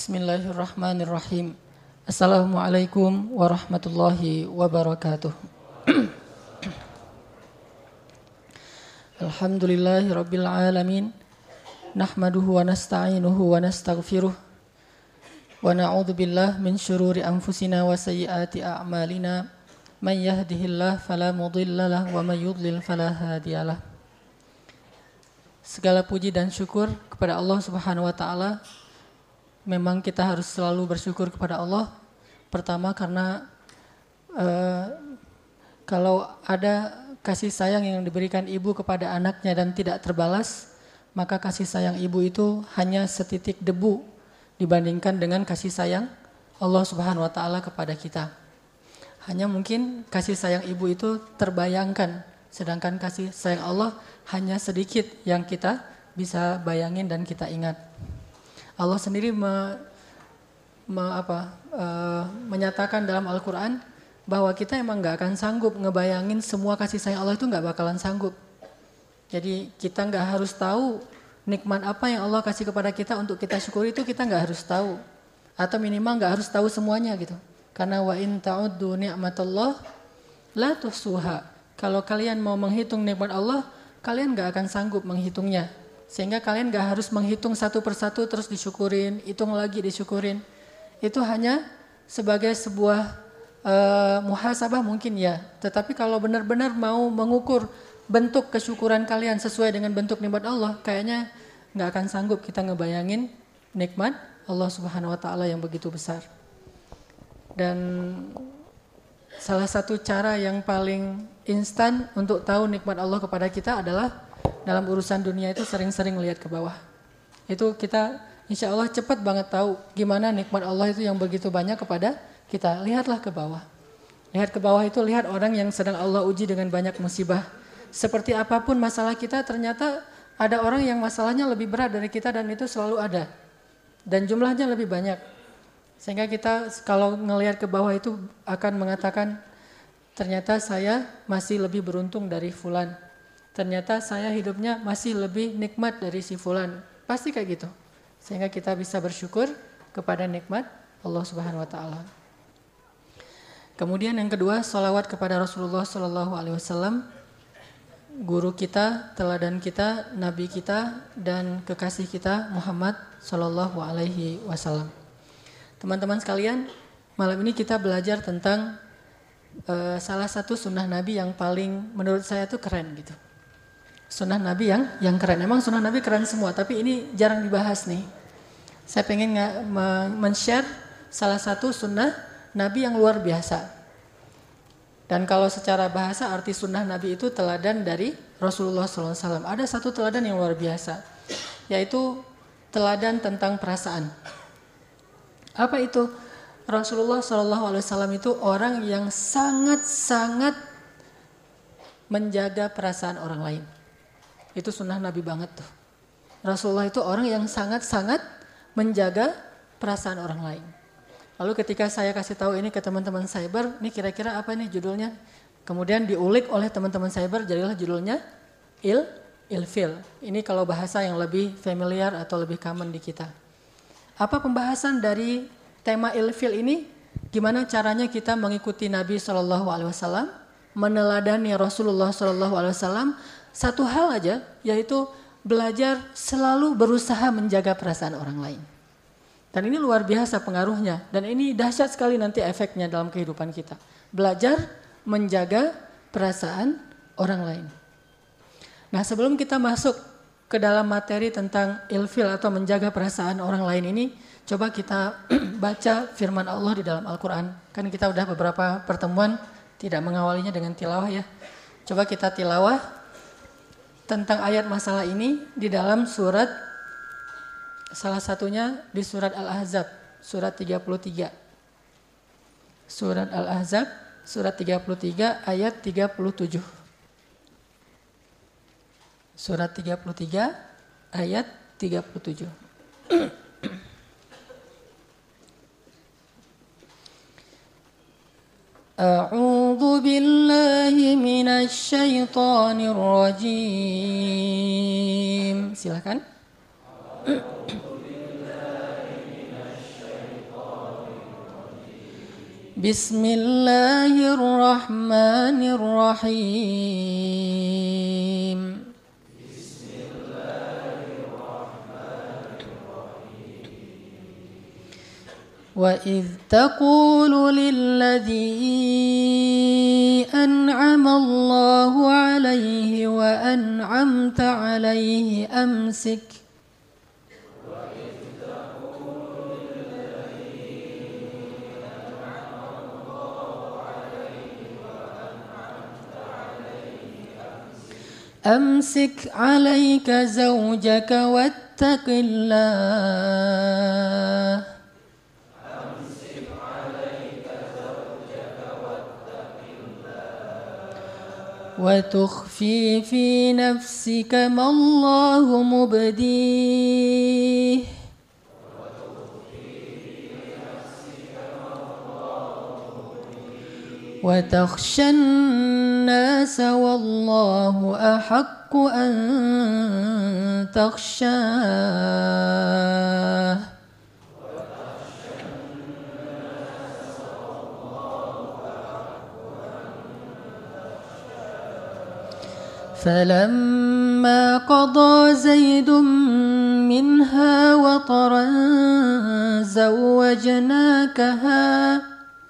Bismillahirrahmanirrahim. Assalamualaikum warahmatullahi wabarakatuh. Alhamdulillahi rabbil alamin. Nahmaduhu wa nasta'inuhu wa nastaghfiruh. Wa na'udzu billahi min syururi anfusina wa sayyiati a'malina. Man yahdihillahu fala mudilla lahu wa may yudlil fala hadiyalah. Segala puji dan syukur kepada Allah Subhanahu wa taala. Memang kita harus selalu bersyukur kepada Allah. Pertama karena kalau ada kasih sayang yang diberikan ibu kepada anaknya dan tidak terbalas, maka kasih sayang ibu itu hanya setitik debu dibandingkan dengan kasih sayang Allah Subhanahu wa taala kepada kita. Hanya mungkin kasih sayang ibu itu terbayangkan, sedangkan kasih sayang Allah hanya sedikit yang kita bisa bayangin dan kita ingat. Allah sendiri menyatakan dalam Al-Quran bahwa kita emang gak akan sanggup ngebayangin semua kasih sayang Allah itu gak bakalan sanggup. Jadi kita gak harus tahu nikmat apa yang Allah kasih kepada kita untuk kita syukuri, itu kita gak harus tahu. Atau minimal gak harus tahu semuanya gitu. Karena wa in ta'uddu ni'matallah la tuhsuha. Kalau kalian mau menghitung nikmat Allah, kalian gak akan sanggup menghitungnya. Sehingga kalian gak harus menghitung satu persatu terus disyukurin, hitung lagi disyukurin. Itu hanya sebagai sebuah muhasabah mungkin ya. Tetapi kalau benar-benar mau mengukur bentuk kesyukuran kalian sesuai dengan bentuk nikmat Allah, kayaknya gak akan sanggup kita ngebayangin nikmat Allah Subhanahu wa taala yang begitu besar. Dan salah satu cara yang paling instan untuk tahu nikmat Allah kepada kita adalah dalam urusan dunia itu sering-sering lihat ke bawah. Itu kita insya Allah cepat banget tahu gimana nikmat Allah itu yang begitu banyak kepada kita. Lihatlah ke bawah. Lihat ke bawah itu lihat orang yang sedang Allah uji dengan banyak musibah. Seperti apapun masalah kita, ternyata ada orang yang masalahnya lebih berat dari kita dan itu selalu ada. Dan jumlahnya lebih banyak. Sehingga kita kalau ngelihat ke bawah itu akan mengatakan, ternyata saya masih lebih beruntung dari fulan. Ternyata saya hidupnya masih lebih nikmat dari si fulan. Pasti kayak gitu. Sehingga kita bisa bersyukur kepada nikmat Allah Subhanahu wa taala. Kemudian yang kedua, salawat kepada Rasulullah sallallahu alaihi wasallam, guru kita, teladan kita, nabi kita dan kekasih kita Muhammad sallallahu alaihi wasallam. Teman-teman sekalian, malam ini kita belajar tentang salah satu sunnah Nabi yang paling menurut saya tuh keren gitu. Sunnah Nabi yang keren. Emang sunnah Nabi keren semua, tapi ini jarang dibahas nih. Saya pengen men-share salah satu sunnah Nabi yang luar biasa. Dan kalau secara bahasa arti sunnah Nabi itu teladan dari Rasulullah SAW. Ada satu teladan yang luar biasa, yaitu teladan tentang perasaan. Apa itu? Rasulullah SAW itu orang yang sangat-sangat menjaga perasaan orang lain. Itu sunnah Nabi banget tuh. Rasulullah itu orang yang sangat-sangat menjaga perasaan orang lain. Lalu ketika saya kasih tahu ini ke teman-teman cyber, ini kira-kira apa nih judulnya? Kemudian diulik oleh teman-teman cyber, jadilah judulnya ilfil. Ini kalau bahasa yang lebih familiar atau lebih common di kita. Apa pembahasan dari tema ilfil ini? Gimana caranya kita mengikuti Nabi SAW, meneladani Rasulullah SAW? Satu hal aja, yaitu belajar selalu berusaha menjaga perasaan orang lain. Dan ini luar biasa pengaruhnya. Dan ini dahsyat sekali nanti efeknya dalam kehidupan kita. Belajar menjaga perasaan orang lain. Nah, sebelum kita masuk ke dalam materi tentang ilfil atau menjaga perasaan orang lain ini, coba kita baca firman Allah di dalam Al-Quran. Kan kita udah beberapa pertemuan tidak mengawalinya dengan tilawah ya. Coba kita tilawah tentang ayat masalah ini di dalam surat, salah satunya di surat Al-Ahzab, surat 33. Surat Al-Ahzab, surat 33 ayat 37. Surat 33 ayat 37. A'udzu billahi minasy syaithanir rajim. Silakan. Bismillahirrahmanirrahim. وَإِذْ تَقُولُ لِلَّذِي أَنْعَمَ اللَّهُ عَلَيْهِ وَأَنْعَمْتَ عَلَيْهِ أَمْسِكْ عَلَيْكَ زَوْجَكَ وَاتَّقِ اللَّهَ وتخفي في نفسك ما الله مبديه وتخشى الناس والله أحق أن تخشاه فلما قضى زيد منها وطرا زوجناكها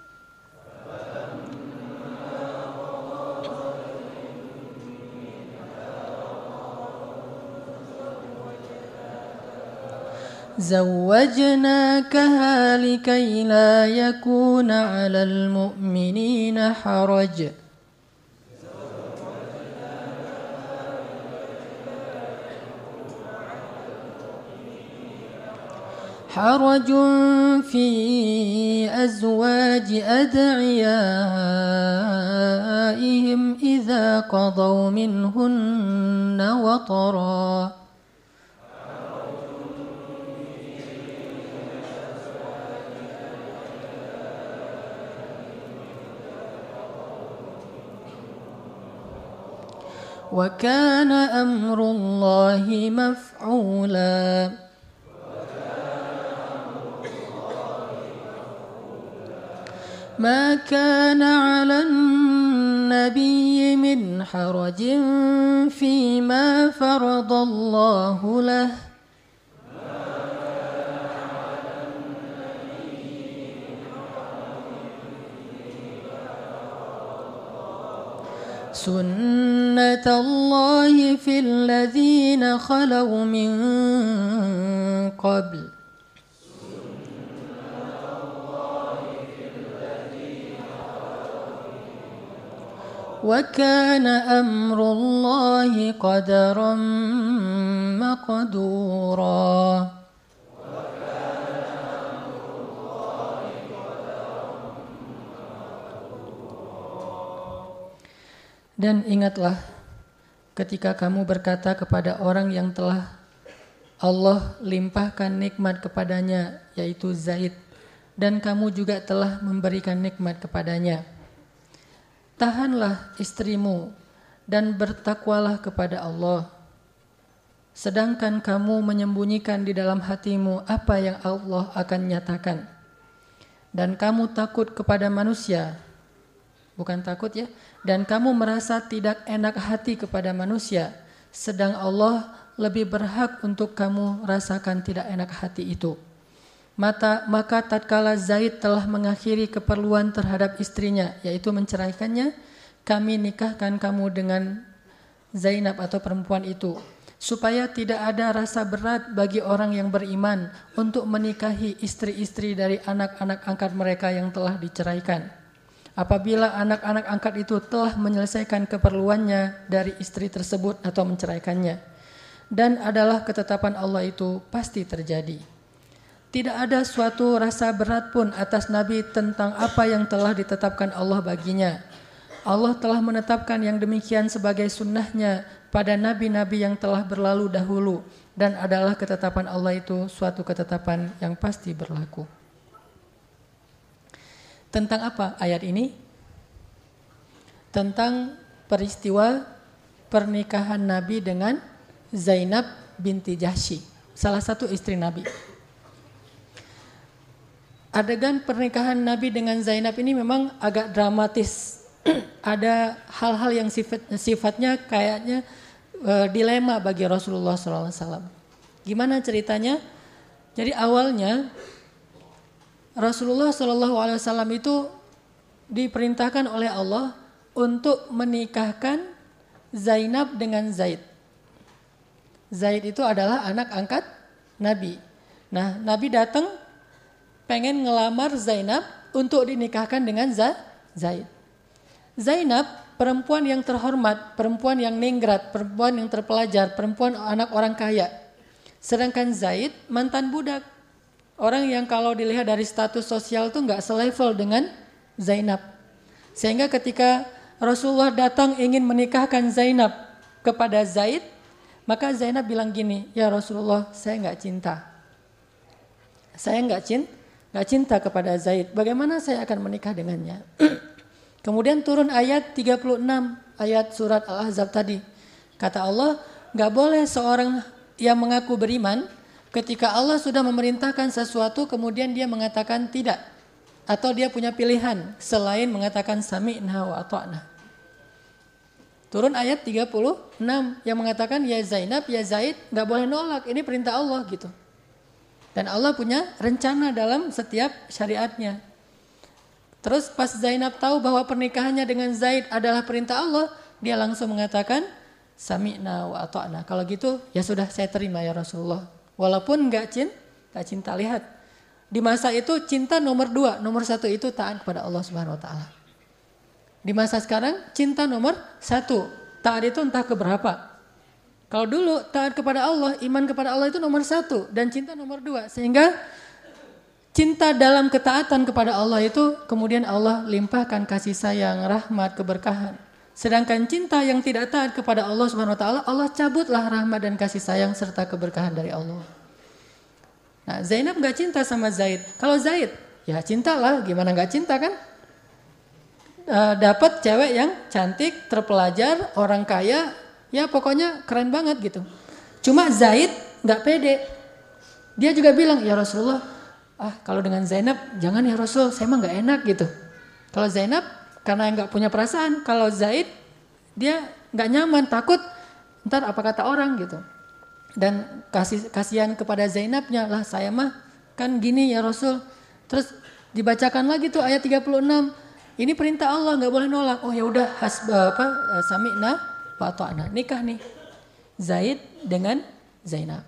لكي لا يكون على المؤمنين حرج في أزواج أدعيائهم إذا قضوا منهن وطرا وكان أمر الله مفعولا ما كان على النبي من حرج فيما فرض الله له سنة الله في الذين خلوا من قبل وكان أمر الله قدرا مقدورا Dan ingatlah ketika kamu berkata kepada orang yang telah Allah limpahkan nikmat kepadanya, yaitu Zaid, dan kamu juga telah memberikan nikmat kepadanya. Tahanlah istrimu dan bertakwalah kepada Allah. Sedangkan kamu menyembunyikan di dalam hatimu apa yang Allah akan nyatakan. Dan kamu takut kepada manusia. Bukan takut ya. Dan kamu merasa tidak enak hati kepada manusia. Sedang Allah lebih berhak untuk kamu rasakan tidak enak hati itu. Maka tatkala Zaid telah mengakhiri keperluan terhadap istrinya, yaitu menceraikannya, kami nikahkan kamu dengan Zainab atau perempuan itu, supaya tidak ada rasa berat bagi orang yang beriman untuk menikahi istri-istri dari anak-anak angkat mereka yang telah diceraikan. Apabila anak-anak angkat itu telah menyelesaikan keperluannya dari istri tersebut atau menceraikannya. Dan adalah ketetapan Allah itu pasti terjadi. Tidak ada suatu rasa berat pun atas Nabi tentang apa yang telah ditetapkan Allah baginya. Allah telah menetapkan yang demikian sebagai sunnahnya pada nabi-nabi yang telah berlalu dahulu. Dan adalah ketetapan Allah itu suatu ketetapan yang pasti berlaku. Tentang apa ayat ini? Tentang peristiwa pernikahan Nabi dengan Zainab binti Jahsy, salah satu istri Nabi. adegan pernikahan Nabi dengan Zainab ini memang agak dramatis. Ada hal-hal yang sifatnya kayaknya dilema bagi Rasulullah SAW. Gimana ceritanya? Jadi awalnya Rasulullah SAW itu diperintahkan oleh Allah untuk menikahkan Zainab dengan Zaid. Zaid itu adalah anak angkat Nabi. Nah, Nabi datang pengen ngelamar Zainab untuk dinikahkan dengan Zaid. Zainab perempuan yang terhormat, perempuan yang ningrat, perempuan yang terpelajar, perempuan anak orang kaya. Sedangkan Zaid mantan budak. Orang yang kalau dilihat dari status sosial tuh nggak selevel dengan Zainab. Sehingga ketika Rasulullah datang ingin menikahkan Zainab kepada Zaid, maka Zainab bilang gini, ya Rasulullah, saya nggak cinta. Saya nggak cinta kepada Zaid. Bagaimana saya akan menikah dengannya? Kemudian turun ayat 36, ayat surat Al-Ahzab tadi. Kata Allah, nggak boleh seorang yang mengaku beriman ketika Allah sudah memerintahkan sesuatu kemudian dia mengatakan tidak. Atau dia punya pilihan selain mengatakan sami'na wa ata'na. Turun ayat 36 yang mengatakan ya Zainab, ya Zaid, nggak boleh nolak, ini perintah Allah gitu. Dan Allah punya rencana dalam setiap syariatnya. Terus pas Zainab tahu bahwa pernikahannya dengan Zaid adalah perintah Allah, dia langsung mengatakan sami'na wa ata'na. Kalau gitu ya sudah, saya terima ya Rasulullah. Walaupun nggak cinta, lihat. Di masa itu cinta nomor 2, nomor 1 itu taat kepada Allah Subhanahu wa taala. Di masa sekarang cinta nomor 1, taat itu entah keberapa. Kalau dulu taat kepada Allah, iman kepada Allah itu nomor 1 dan cinta nomor 2. Sehingga cinta dalam ketaatan kepada Allah itu kemudian Allah limpahkan kasih sayang, rahmat, keberkahan. Sedangkan cinta yang tidak taat kepada Allah Subhanahu wa taala, Allah cabutlah rahmat dan kasih sayang serta keberkahan dari Allah. Nah, Zainab enggak cinta sama Zaid. Kalau Zaid, ya cintalah, gimana enggak cinta kan? Dapat cewek yang cantik, terpelajar, orang kaya, ya pokoknya keren banget gitu. Cuma Zaid enggak pede. Dia juga bilang, ya Rasulullah, kalau dengan Zainab jangan ya Rasul, saya mah enggak enak gitu. Kalau Zainab karena enggak punya perasaan, kalau Zaid dia enggak nyaman, takut ntar apa kata orang gitu. Dan kasihan kepada Zainabnya, lah saya mah kan gini ya Rasul. Terus dibacakan lagi tuh ayat 36. Ini perintah Allah, enggak boleh nolak. Oh ya udah, sami'na wa ata'na. Nikah nih. Zaid dengan Zainab.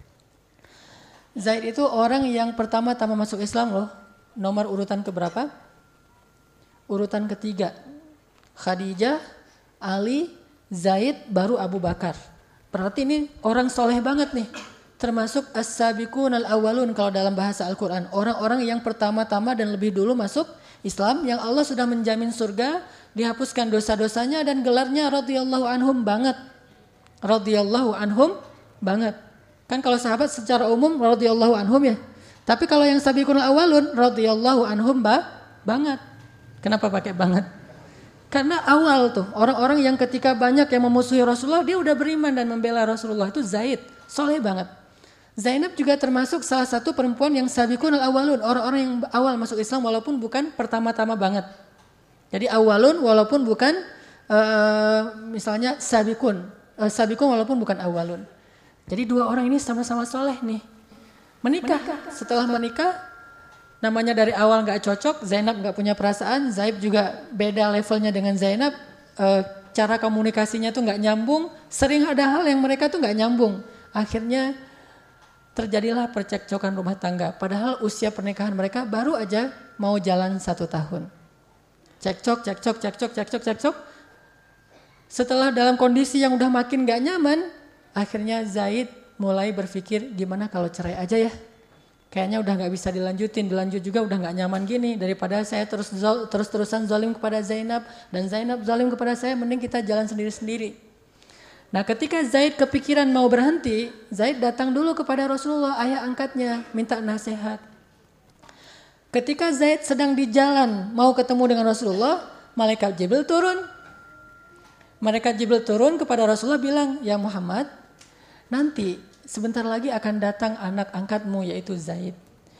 Zaid itu orang yang pertama-tama masuk Islam loh. Nomor urutan keberapa? Urutan ketiga. Khadijah, Ali, Zaid, baru Abu Bakar. Berarti ini orang soleh banget nih. Termasuk as-sabiqun al-awwalun kalau dalam bahasa Al-Quran. Orang-orang yang pertama-tama dan lebih dulu masuk Islam. Yang Allah sudah menjamin surga, dihapuskan dosa-dosanya dan gelarnya radhiyallahu anhum banget. Radhiyallahu anhum banget. Kan kalau sahabat secara umum radhiyallahu anhum ya. Tapi kalau yang sabiqun al-awwalun radhiyallahu anhum banget. Kenapa pakai banget? Karena awal tuh, orang-orang yang ketika banyak yang memusuhi Rasulullah, dia udah beriman dan membela Rasulullah, itu Zaid, soleh banget. Zainab juga termasuk salah satu perempuan yang sabiqun al-awwalun, orang-orang yang awal masuk Islam walaupun bukan pertama-tama banget. Jadi awalun walaupun bukan misalnya sabiqun walaupun bukan awalun. Jadi dua orang ini sama-sama soleh nih. Menikah. Setelah menikah, namanya dari awal gak cocok, Zainab gak punya perasaan, Zaid juga beda levelnya dengan Zainab, cara komunikasinya tuh gak nyambung, sering ada hal yang mereka tuh gak nyambung. Akhirnya terjadilah percekcokan rumah tangga, padahal usia pernikahan mereka baru aja mau jalan 1 tahun. Cekcok. Setelah dalam kondisi yang udah makin gak nyaman, akhirnya Zaid mulai berpikir gimana kalau cerai aja ya. Kayaknya udah gak bisa dilanjut juga udah gak nyaman gini. Daripada saya terus-terusan zalim kepada Zainab dan Zainab zalim kepada saya, mending kita jalan sendiri-sendiri. Nah ketika Zaid kepikiran mau berhenti, Zaid datang dulu kepada Rasulullah, ayah angkatnya, minta nasihat. Ketika Zaid sedang di jalan mau ketemu dengan Rasulullah, malaikat Jibril turun. Malaikat Jibril turun kepada Rasulullah bilang, ya Muhammad, nanti sebentar lagi akan datang anak angkatmu yaitu Zaid.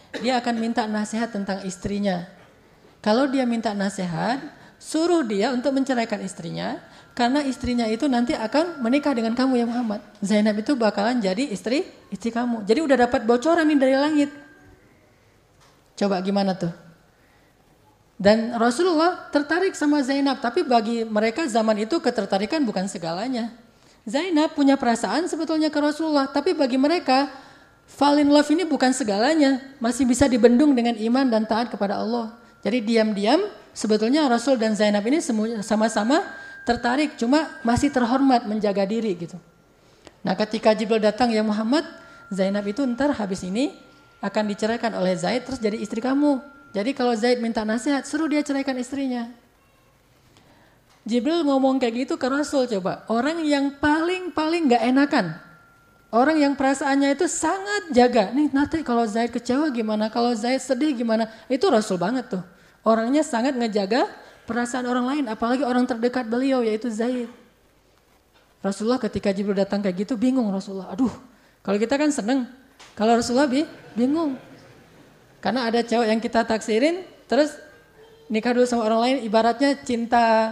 dia akan minta nasihat tentang istrinya. Kalau dia minta nasihat, suruh dia untuk menceraikan istrinya, karena istrinya itu nanti akan menikah dengan kamu ya Muhammad. Zainab itu bakalan jadi istri kamu. Jadi udah dapat bocoran nih dari langit. Coba gimana tuh? Dan Rasulullah tertarik sama Zainab, tapi bagi mereka zaman itu ketertarikan bukan segalanya. Zainab punya perasaan sebetulnya ke Rasulullah, tapi bagi mereka fall in love ini bukan segalanya, masih bisa dibendung dengan iman dan taat kepada Allah. Jadi diam-diam sebetulnya Rasul dan Zainab ini sama-sama tertarik, cuma masih terhormat menjaga diri gitu. Nah ketika Jibril datang, ya Muhammad, Zainab itu ntar habis ini akan diceraikan oleh Zaid terus jadi istri kamu. Jadi kalau Zaid minta nasihat, suruh dia ceraikan istrinya. Jibril ngomong kayak gitu ke Rasul, coba. Orang yang paling gak enakan. Orang yang perasaannya itu sangat jaga. Nih nanti kalau Zaid kecewa gimana, kalau Zaid sedih gimana. Itu Rasul banget tuh. Orangnya sangat ngejaga perasaan orang lain, apalagi orang terdekat beliau yaitu Zaid. Rasulullah ketika Jibril datang kayak gitu bingung Rasulullah. Aduh, kalau kita kan seneng. Kalau Rasulullah bingung. Karena ada cewek yang kita taksirin, terus nikah dulu sama orang lain, ibaratnya cinta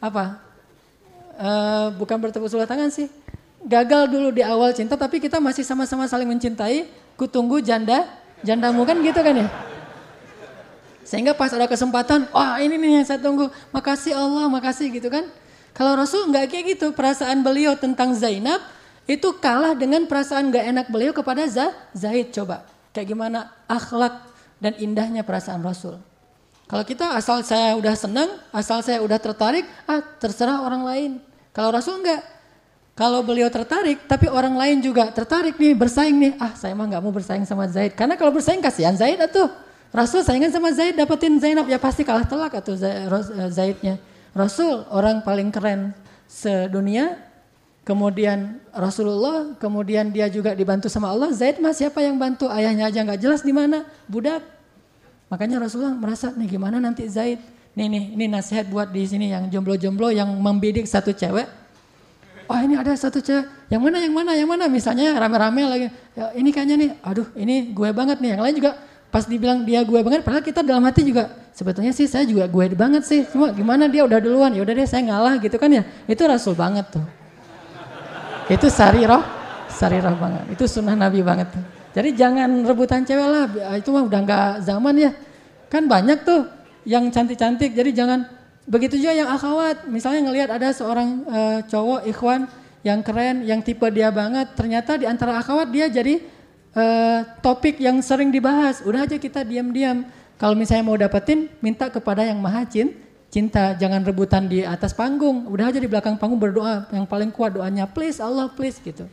bukan bertepuk sebelah tangan sih. Gagal dulu di awal cinta, tapi kita masih sama-sama saling mencintai. Kutunggu jandamu kan gitu kan ya. Sehingga pas ada kesempatan, wah ini nih yang saya tunggu. Makasih Allah, makasih gitu kan. Kalau Rasul nggak kayak gitu, perasaan beliau tentang Zainab itu kalah dengan perasaan nggak enak beliau kepada Zaid. Coba, kayak gimana akhlak dan indahnya perasaan Rasul. Kalau kita asal saya udah senang, asal saya udah tertarik, terserah orang lain. Kalau Rasul enggak. Kalau beliau tertarik, tapi orang lain juga tertarik nih, bersaing nih. Saya mah nggak mau bersaing sama Zaid. Karena kalau bersaing kasihan Zaid atuh. Rasul saingan sama Zaid dapetin Zainab, ya pasti kalah telak atuh Zaidnya. Rasul orang paling keren sedunia. Kemudian Rasulullah, kemudian dia juga dibantu sama Allah. Zaid mah siapa yang bantu? Ayahnya aja nggak jelas di mana, budak. Makanya Rasulullah merasa nih gimana nanti Zaid. Ini nasihat buat di sini yang jomblo-jomblo yang membidik satu cewek. Ini ada satu cewek. Yang mana? Misalnya rame-rame lagi. Ya, ini kayaknya nih, aduh ini gue banget nih. Yang lain juga pas dibilang dia gue banget, padahal kita dalam hati juga sebetulnya sih saya juga gue banget sih. Cuma gimana dia udah duluan, ya udah deh saya ngalah gitu kan ya. Itu Rasul banget tuh. Itu sarirah banget. Itu sunnah Nabi banget tuh. Jadi jangan rebutan cewek lah. Itu mah udah gak zaman ya. Kan banyak tuh yang cantik-cantik. Jadi jangan. Begitu juga yang akhwat. Misalnya ngelihat ada seorang cowok ikhwan yang keren, yang tipe dia banget. Ternyata di antara akhwat dia jadi topik yang sering dibahas. Udah aja kita diam-diam. Kalau misalnya mau dapetin, minta kepada yang maha cinta, jangan rebutan di atas panggung. Udah aja di belakang panggung berdoa. Yang paling kuat doanya, please Allah, please gitu.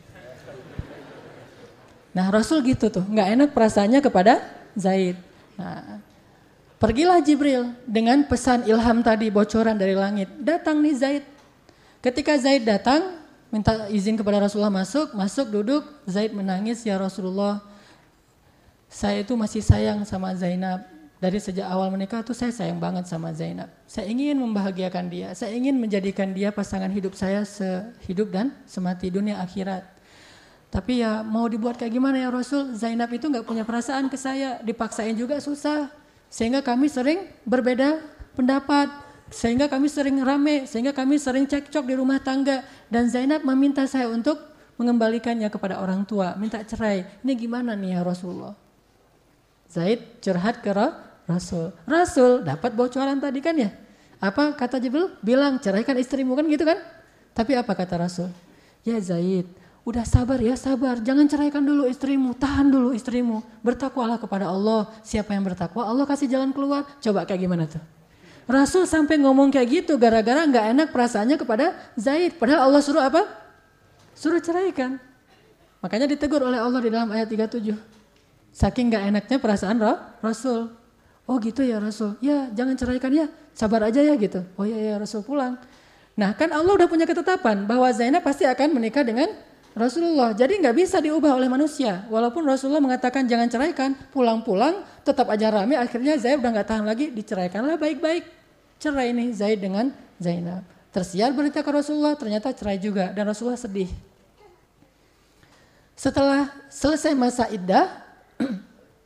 Nah Rasul gitu tuh, gak enak perasaannya kepada Zaid. Nah, pergilah Jibril dengan pesan ilham tadi, bocoran dari langit. Datang nih Zaid. Ketika Zaid datang, minta izin kepada Rasulullah masuk duduk. Zaid menangis, ya Rasulullah, saya itu masih sayang sama Zainab. Dari sejak awal menikah tuh saya sayang banget sama Zainab. Saya ingin membahagiakan dia. Saya ingin menjadikan dia pasangan hidup saya sehidup dan semati dunia akhirat. Tapi ya mau dibuat kayak gimana ya Rasul? Zainab itu gak punya perasaan ke saya. Dipaksain juga susah. Sehingga kami sering berbeda pendapat. Sehingga kami sering rame. Sehingga kami sering cekcok di rumah tangga. Dan Zainab meminta saya untuk mengembalikannya kepada orang tua. Minta cerai. Ini gimana nih ya Rasulullah? Zaid curhat ke Rasul dapat bocoran tadi kan ya. Apa kata Jibril? Bilang ceraikan istrimu kan gitu kan. Tapi apa kata Rasul? Ya Zaid, udah sabar ya sabar. Jangan ceraikan dulu istrimu. Tahan dulu istrimu. Bertakwalah kepada Allah. Siapa yang bertakwa Allah kasih jalan keluar. Coba kayak gimana tuh? Rasul sampai ngomong kayak gitu gara-gara gak enak perasaannya kepada Zaid. Padahal Allah suruh apa? Suruh ceraikan. Makanya ditegur oleh Allah di dalam ayat 37. Saking gak enaknya perasaan Rasul. Oh gitu ya Rasul. Ya jangan ceraikan ya. Sabar aja ya gitu. Oh ya Rasul pulang. Nah kan Allah udah punya ketetapan bahwa Zainab pasti akan menikah dengan Rasulullah. Jadi gak bisa diubah oleh manusia. Walaupun Rasulullah mengatakan jangan ceraikan. Pulang-pulang tetap aja rame. Akhirnya Zaid udah gak tahan lagi. Diceraikanlah baik-baik. Cerai nih Zaid dengan Zainab. Tersiar berita ke Rasulullah. Ternyata cerai juga. Dan Rasulullah sedih. Setelah selesai masa iddah,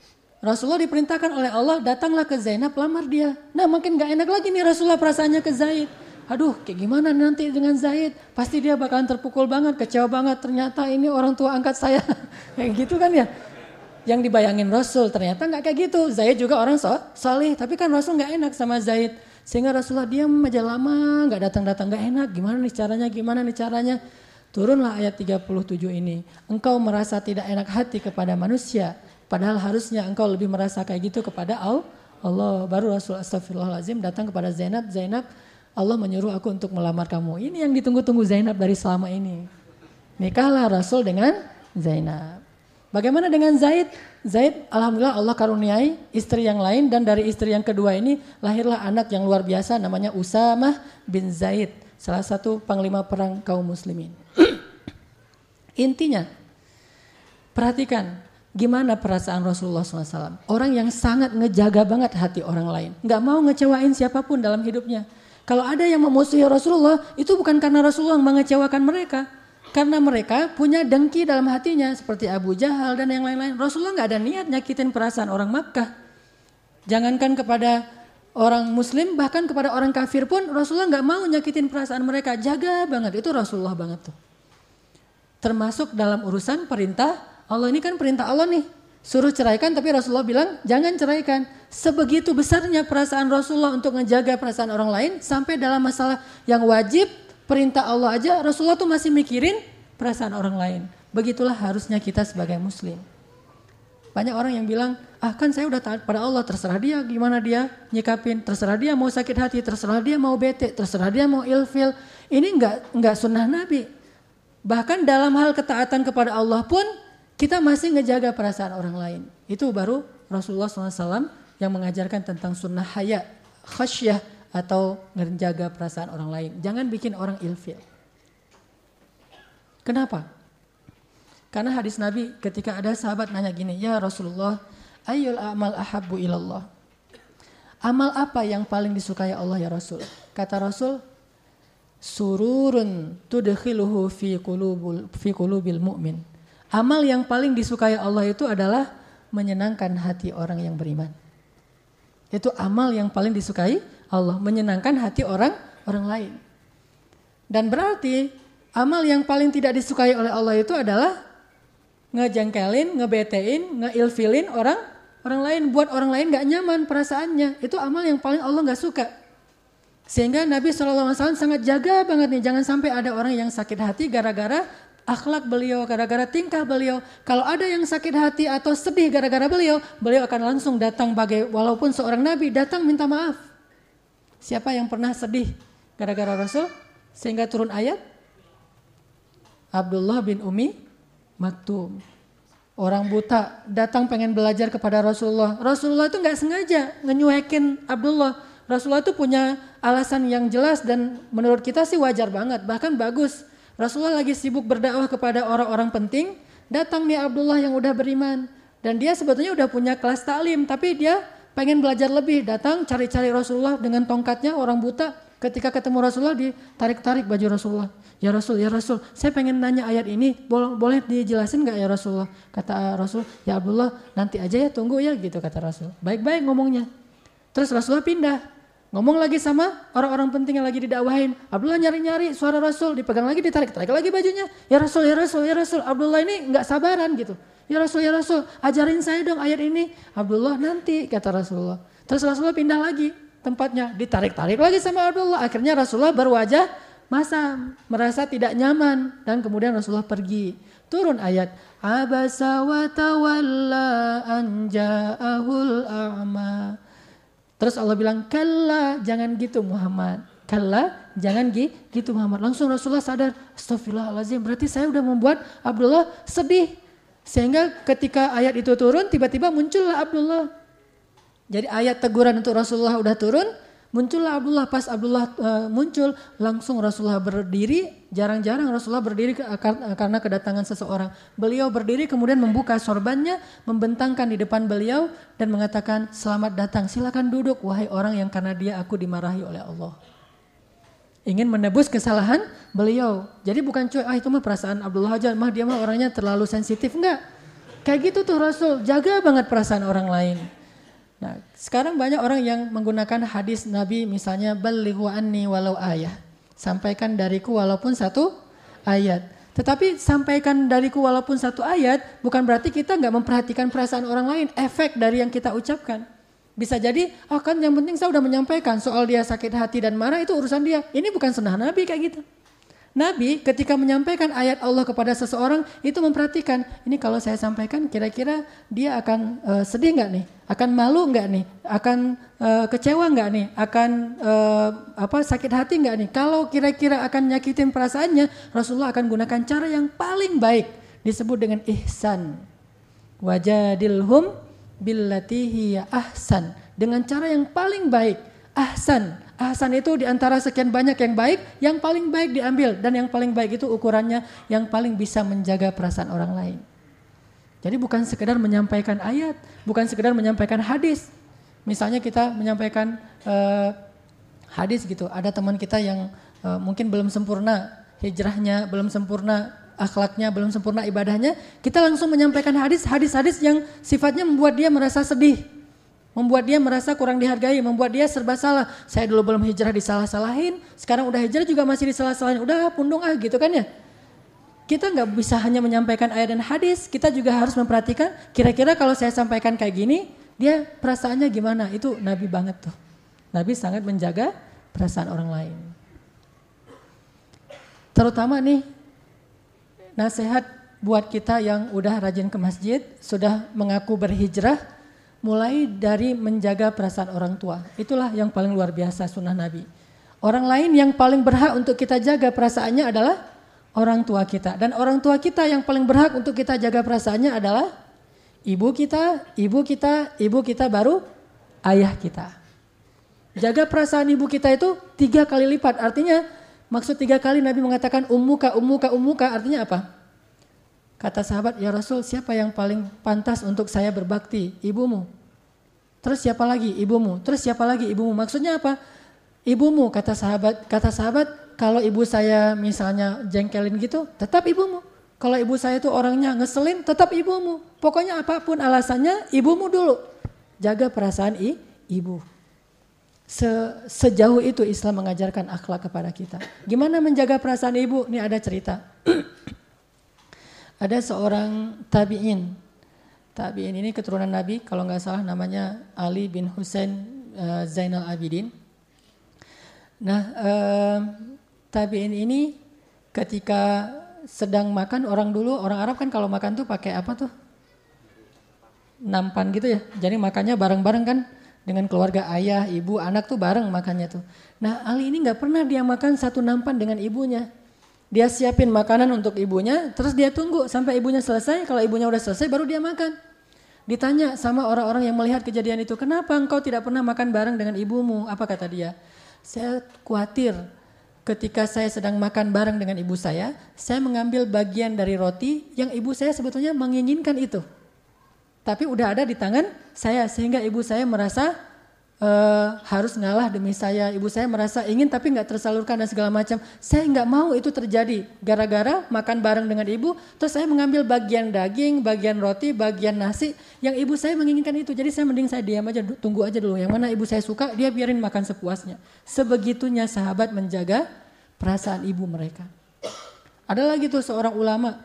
Rasulullah diperintahkan oleh Allah, datanglah ke Zainab, lamar dia. Nah makin gak enak lagi nih Rasulullah perasaannya ke Zaid. Aduh kayak gimana nanti dengan Zaid, pasti dia bakalan terpukul banget, kecewa banget. Ternyata ini orang tua angkat saya, kayak gitu kan ya. Yang dibayangin Rasul ternyata gak kayak gitu. Zaid juga orang soleh, tapi kan Rasul gak enak sama Zaid. Sehingga Rasulullah diam aja lama, gak datang-datang, gak enak. Gimana nih caranya. Turunlah ayat 37 ini. Engkau merasa tidak enak hati kepada manusia, padahal harusnya engkau lebih merasa kayak gitu kepada Allah. Baru Rasul astagfirullahaladzim datang kepada Zainab. Zainab, Allah menyuruh aku untuk melamar kamu. Ini yang ditunggu-tunggu Zainab dari selama ini. Nikahlah Rasul dengan Zainab. Bagaimana dengan Zaid? Zaid alhamdulillah Allah karuniai istri yang lain, dan dari istri yang kedua ini lahirlah anak yang luar biasa namanya Usamah bin Zaid, salah satu panglima perang kaum muslimin. Intinya, perhatikan gimana perasaan Rasulullah SAW. Orang yang sangat ngejaga banget hati orang lain. Gak mau ngecewain siapapun dalam hidupnya. Kalau ada yang memusuhi Rasulullah, itu bukan karena Rasulullah mengecewakan mereka. Karena mereka punya dengki dalam hatinya. Seperti Abu Jahal dan yang lain-lain. Rasulullah gak ada niat nyakitin perasaan orang Makkah. Jangankan kepada orang muslim, bahkan kepada orang kafir pun Rasulullah gak mau nyakitin perasaan mereka. Jaga banget, itu Rasulullah banget tuh. Termasuk dalam urusan perintah Allah, ini kan perintah Allah nih. Suruh ceraikan, tapi Rasulullah bilang jangan ceraikan. Sebegitu besarnya perasaan Rasulullah untuk ngejaga perasaan orang lain. Sampai dalam masalah yang wajib, perintah Allah aja Rasulullah tuh masih mikirin perasaan orang lain. Begitulah harusnya kita sebagai muslim. Banyak orang yang bilang, kan saya udah taat pada Allah, terserah dia gimana dia nyikapin, terserah dia mau sakit hati, terserah dia mau bete, terserah dia mau ilfil. Ini enggak sunnah Nabi. Bahkan dalam hal ketaatan kepada Allah pun kita masih ngejaga perasaan orang lain. Itu baru Rasulullah SAW yang mengajarkan tentang sunnah haya, khasyah, atau ngejaga perasaan orang lain. Jangan bikin orang ilfil. Kenapa? Karena hadis Nabi ketika ada sahabat nanya gini, ya Rasulullah, ayyul a'mal ahabbu ilallah. Amal apa yang paling disukai Allah ya Rasul? Kata Rasul, sururun tudkhiluhu fi qulubil mu'min. Amal yang paling disukai Allah itu adalah menyenangkan hati orang yang beriman. Itu amal yang paling disukai Allah, menyenangkan hati orang lain. Dan berarti amal yang paling tidak disukai oleh Allah itu adalah ngejengkelin, ngebetein, ngeilfilin orang lain, buat orang lain gak nyaman perasaannya. Itu amal yang paling Allah gak suka. Sehingga Nabi SAW sangat jaga banget nih, jangan sampai ada orang yang sakit hati gara-gara akhlak beliau, gara-gara tingkah beliau. Kalau ada yang sakit hati atau sedih gara-gara beliau akan langsung datang walaupun seorang Nabi, datang minta maaf. Siapa yang pernah sedih gara-gara Rasul? Sehingga turun ayat Abdullah bin Umi Maktum. Orang buta datang pengen belajar kepada Rasulullah. Rasulullah itu gak sengaja ngenyuekin Abdullah. Rasulullah itu punya alasan yang jelas dan menurut kita sih wajar banget, bahkan bagus. Rasulullah lagi sibuk berdakwah kepada orang-orang penting, datang nih Abdullah yang udah beriman. Dan dia sebetulnya udah punya kelas taklim, tapi dia pengen belajar lebih. Datang cari-cari Rasulullah dengan tongkatnya, orang buta. Ketika ketemu Rasulullah ditarik-tarik baju Rasulullah. Ya Rasul, saya pengen nanya ayat ini, boleh dijelasin gak ya Rasulullah? Kata Rasul, ya Abdullah nanti aja ya, tunggu ya gitu kata Rasul. Baik-baik ngomongnya. Terus Rasulullah pindah. Ngomong lagi sama orang-orang penting yang lagi didakwahin. Abdullah nyari-nyari suara Rasul, dipegang lagi, ditarik lagi bajunya. Ya Rasul. Abdullah ini gak sabaran gitu. Ya Rasul, ajarin saya dong ayat ini. Abdullah nanti kata Rasulullah. Terus Rasulullah pindah lagi tempatnya, ditarik-tarik lagi sama Abdullah. Akhirnya Rasulullah berwajah masam, merasa tidak nyaman, dan kemudian Rasulullah pergi. Turun ayat, abasa wa tawalla an ja'ahul a'ma. Terus Allah bilang, kalla, jangan gitu Muhammad. Kalla, jangan gitu Muhammad. Langsung Rasulullah sadar, astagfirullahaladzim, berarti saya udah membuat Abdullah sedih. Sehingga ketika ayat itu turun, tiba-tiba muncullah Abdullah. Jadi ayat teguran untuk Rasulullah udah turun, muncullah Abdullah. Pas Abdullah muncul, langsung Rasulullah berdiri. Jarang-jarang Rasulullah berdiri karena kedatangan seseorang. Beliau berdiri kemudian membuka sorbannya, membentangkan di depan beliau dan mengatakan, selamat datang, silakan duduk wahai orang yang karena dia aku dimarahi oleh Allah. Ingin menebus kesalahan beliau. Jadi bukan cuek, itu mah perasaan Abdullah aja, dia mah orangnya terlalu sensitif, enggak. Kayak gitu tuh Rasul, jaga banget perasaan orang lain. Nah, sekarang banyak orang yang menggunakan hadis Nabi misalnya balighu anni walau ayah. Sampaikan dariku walaupun satu ayat. Tetapi sampaikan dariku walaupun satu ayat bukan berarti kita nggak memperhatikan perasaan orang lain, efek dari yang kita ucapkan. Bisa jadi, kan yang penting saya udah menyampaikan soal dia sakit hati dan marah itu urusan dia. Ini bukan sunnah Nabi kayak gitu. Nabi ketika menyampaikan ayat Allah kepada seseorang itu memperhatikan, ini kalau saya sampaikan kira-kira dia akan sedih nggak nih, akan malu nggak nih, akan kecewa nggak nih, akan sakit hati nggak nih. Kalau kira-kira akan nyakitin perasaannya, Rasulullah akan gunakan cara yang paling baik disebut dengan ihsan. Wajadilhum billati hiya ahsan, dengan cara yang paling baik. Ahsan itu diantara sekian banyak yang baik, yang paling baik diambil. Dan yang paling baik itu ukurannya yang paling bisa menjaga perasaan orang lain. Jadi bukan sekedar menyampaikan ayat, bukan sekedar menyampaikan hadis. Misalnya kita menyampaikan hadis gitu, ada teman kita yang mungkin belum sempurna hijrahnya, belum sempurna akhlaknya, belum sempurna ibadahnya. Kita langsung menyampaikan hadis-hadis yang sifatnya membuat dia merasa sedih, membuat dia merasa kurang dihargai, membuat dia serba salah. Saya dulu belum hijrah disalah-salahin, sekarang udah hijrah juga masih disalah-salahin. Udah pundung gitu kan ya. Kita nggak bisa hanya menyampaikan ayat dan hadis, kita juga harus memperhatikan kira-kira kalau saya sampaikan kayak gini, dia perasaannya gimana. Itu Nabi banget tuh. Nabi sangat menjaga perasaan orang lain. Terutama nih, nasihat buat kita yang udah rajin ke masjid, sudah mengaku berhijrah, mulai dari menjaga perasaan orang tua. Itulah yang paling luar biasa sunnah Nabi. Orang lain yang paling berhak untuk kita jaga perasaannya adalah orang tua kita. Dan orang tua kita yang paling berhak untuk kita jaga perasaannya adalah ibu kita baru ayah kita. Jaga perasaan ibu kita itu 3 kali lipat. Artinya maksud 3 kali Nabi mengatakan ummuka artinya apa? Kata sahabat, ya Rasul, siapa yang paling pantas untuk saya berbakti? Ibumu. Terus siapa lagi? Ibumu. Terus siapa lagi? Ibumu. Maksudnya apa? Ibumu, kata sahabat, kalau ibu saya misalnya jengkelin gitu, tetap ibumu. Kalau ibu saya itu orangnya ngeselin, tetap ibumu. Pokoknya apapun alasannya, ibumu dulu. Jaga perasaan ibu. Sejauh itu Islam mengajarkan akhlak kepada kita. Gimana menjaga perasaan ibu? Ini ada cerita. Ada seorang tabi'in. Tabi'in ini keturunan Nabi, kalau nggak salah namanya Ali bin Husain Zainal Abidin. Nah, tabi'in ini ketika sedang makan, orang Arab kan kalau makan tuh pakai apa tuh? Nampan gitu ya. Jadi makannya bareng-bareng kan dengan keluarga, ayah, ibu, anak tuh bareng makannya tuh. Nah, Ali ini nggak pernah dia makan satu nampan dengan ibunya. Dia siapin makanan untuk ibunya, terus dia tunggu sampai ibunya selesai. Kalau ibunya udah selesai, baru dia makan. Ditanya sama orang-orang yang melihat kejadian itu, kenapa engkau tidak pernah makan bareng dengan ibumu? Apa kata dia? Saya khawatir ketika saya sedang makan bareng dengan ibu saya mengambil bagian dari roti yang ibu saya sebetulnya menginginkan itu. Tapi udah ada di tangan saya, sehingga ibu saya merasa harus ngalah demi saya. Ibu saya merasa ingin tapi gak tersalurkan dan segala macam. Saya gak mau itu terjadi. Gara-gara makan bareng dengan ibu, terus saya mengambil bagian daging, bagian roti, bagian nasi yang ibu saya menginginkan itu. Jadi saya mending saya diam aja, tunggu aja dulu. Yang mana ibu saya suka, dia biarin makan sepuasnya. Sebegitunya sahabat menjaga perasaan ibu mereka. Ada lagi tuh seorang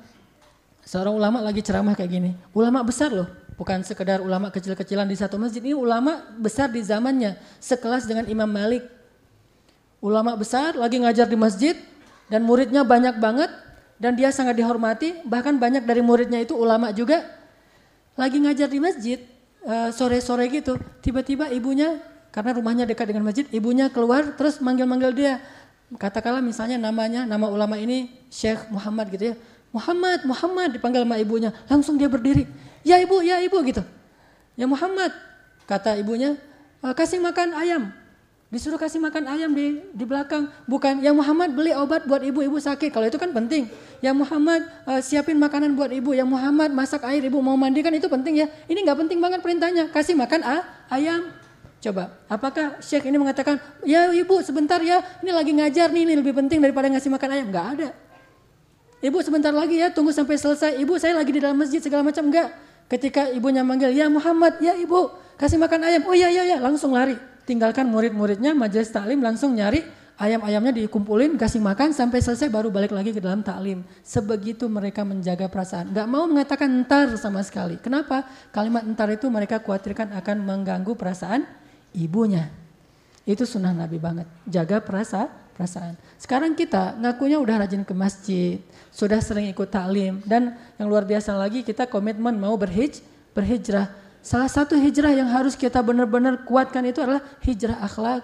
ulama lagi ceramah kayak gini. Ulama besar loh. Bukan sekedar ulama kecil-kecilan di satu masjid. Ini ulama besar di zamannya. Sekelas dengan Imam Malik. Ulama besar lagi ngajar di masjid. Dan muridnya banyak banget. Dan dia sangat dihormati. Bahkan banyak dari muridnya itu ulama juga. Lagi ngajar di masjid. Sore-sore gitu. Tiba-tiba ibunya, karena rumahnya dekat dengan masjid. Ibunya keluar terus manggil-manggil dia. Katakanlah misalnya nama ulama ini Syekh Muhammad gitu ya. Muhammad dipanggil sama ibunya. Langsung dia berdiri. Ya ibu gitu. Ya Muhammad, kata ibunya, kasih makan ayam. Disuruh kasih makan ayam di belakang. Bukan, ya Muhammad beli obat buat ibu sakit. Kalau itu kan penting. Ya Muhammad siapin makanan buat ibu. Ya Muhammad masak air, ibu mau mandi, kan itu penting ya. Ini gak penting banget perintahnya. Kasih makan ayam. Coba, apakah Syekh ini mengatakan, ya ibu sebentar ya, ini lagi ngajar nih, ini lebih penting daripada ngasih makan ayam. Gak ada. Ibu sebentar lagi ya, tunggu sampai selesai. Ibu saya lagi di dalam masjid segala macam. Enggak. Ketika ibunya manggil, ya Muhammad, ya ibu, kasih makan ayam. Oh iya, langsung lari. Tinggalkan murid-muridnya, majelis taklim, langsung nyari ayam-ayamnya dikumpulin, kasih makan, sampai selesai baru balik lagi ke dalam taklim. Sebegitu mereka menjaga perasaan. Gak mau mengatakan entar sama sekali. Kenapa? Kalimat entar itu mereka khawatirkan akan mengganggu perasaan ibunya. Itu sunnah Nabi banget. Jaga perasaan. Sekarang kita ngakunya udah rajin ke masjid, sudah sering ikut taklim, dan yang luar biasa lagi kita komitmen mau berhijrah. Salah satu hijrah yang harus kita benar-benar kuatkan itu adalah hijrah akhlak.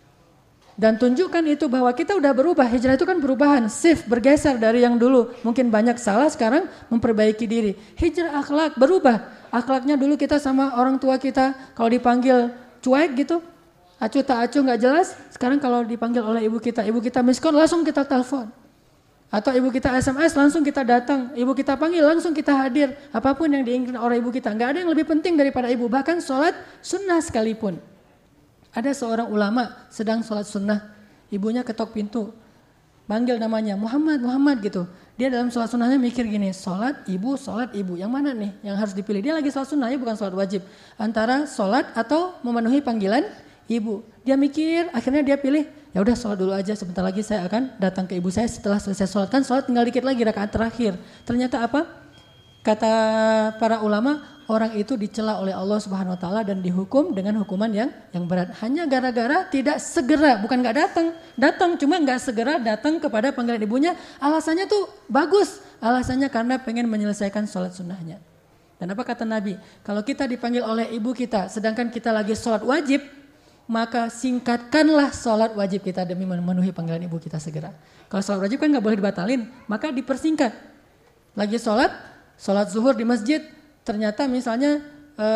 Dan tunjukkan itu bahwa kita udah berubah. Hijrah itu kan perubahan, shift, bergeser dari yang dulu. Mungkin banyak salah, sekarang memperbaiki diri. Hijrah akhlak, berubah. Akhlaknya dulu kita sama orang tua kita, kalau dipanggil cuek gitu, acuh tak acuh gak jelas. Sekarang kalau dipanggil oleh ibu kita miss call, langsung kita telepon. Atau ibu kita SMS, langsung kita datang. Ibu kita panggil, langsung kita hadir. Apapun yang diinginkan oleh ibu kita. Gak ada yang lebih penting daripada ibu. Bahkan sholat sunnah sekalipun. Ada seorang ulama sedang sholat sunnah. Ibunya ketok pintu. Panggil namanya, Muhammad gitu. Dia dalam sholat sunnahnya mikir gini, sholat ibu. Yang mana nih yang harus dipilih? Dia lagi sholat sunnah, bukan sholat wajib. Antara sholat atau memenuhi panggilan ibu. Dia mikir, akhirnya dia pilih, ya udah sholat dulu aja, sebentar lagi saya akan datang ke ibu saya setelah selesai sholat. Kan sholat tinggal dikit lagi, rakaat terakhir. Ternyata apa? Kata para ulama, orang itu dicela oleh Allah Subhanahu Wa Taala dan dihukum dengan hukuman yang berat. Hanya gara-gara tidak segera, bukan nggak datang cuma nggak segera datang kepada panggilan ibunya. Alasannya tuh bagus, alasannya karena pengen menyelesaikan sholat sunnahnya. Dan apa kata Nabi? Kalau kita dipanggil oleh ibu kita, sedangkan kita lagi sholat wajib, maka singkatkanlah sholat wajib kita demi memenuhi panggilan ibu kita segera. Kalau sholat wajib kan gak boleh dibatalin, maka dipersingkat. Lagi sholat zuhur di masjid, ternyata misalnya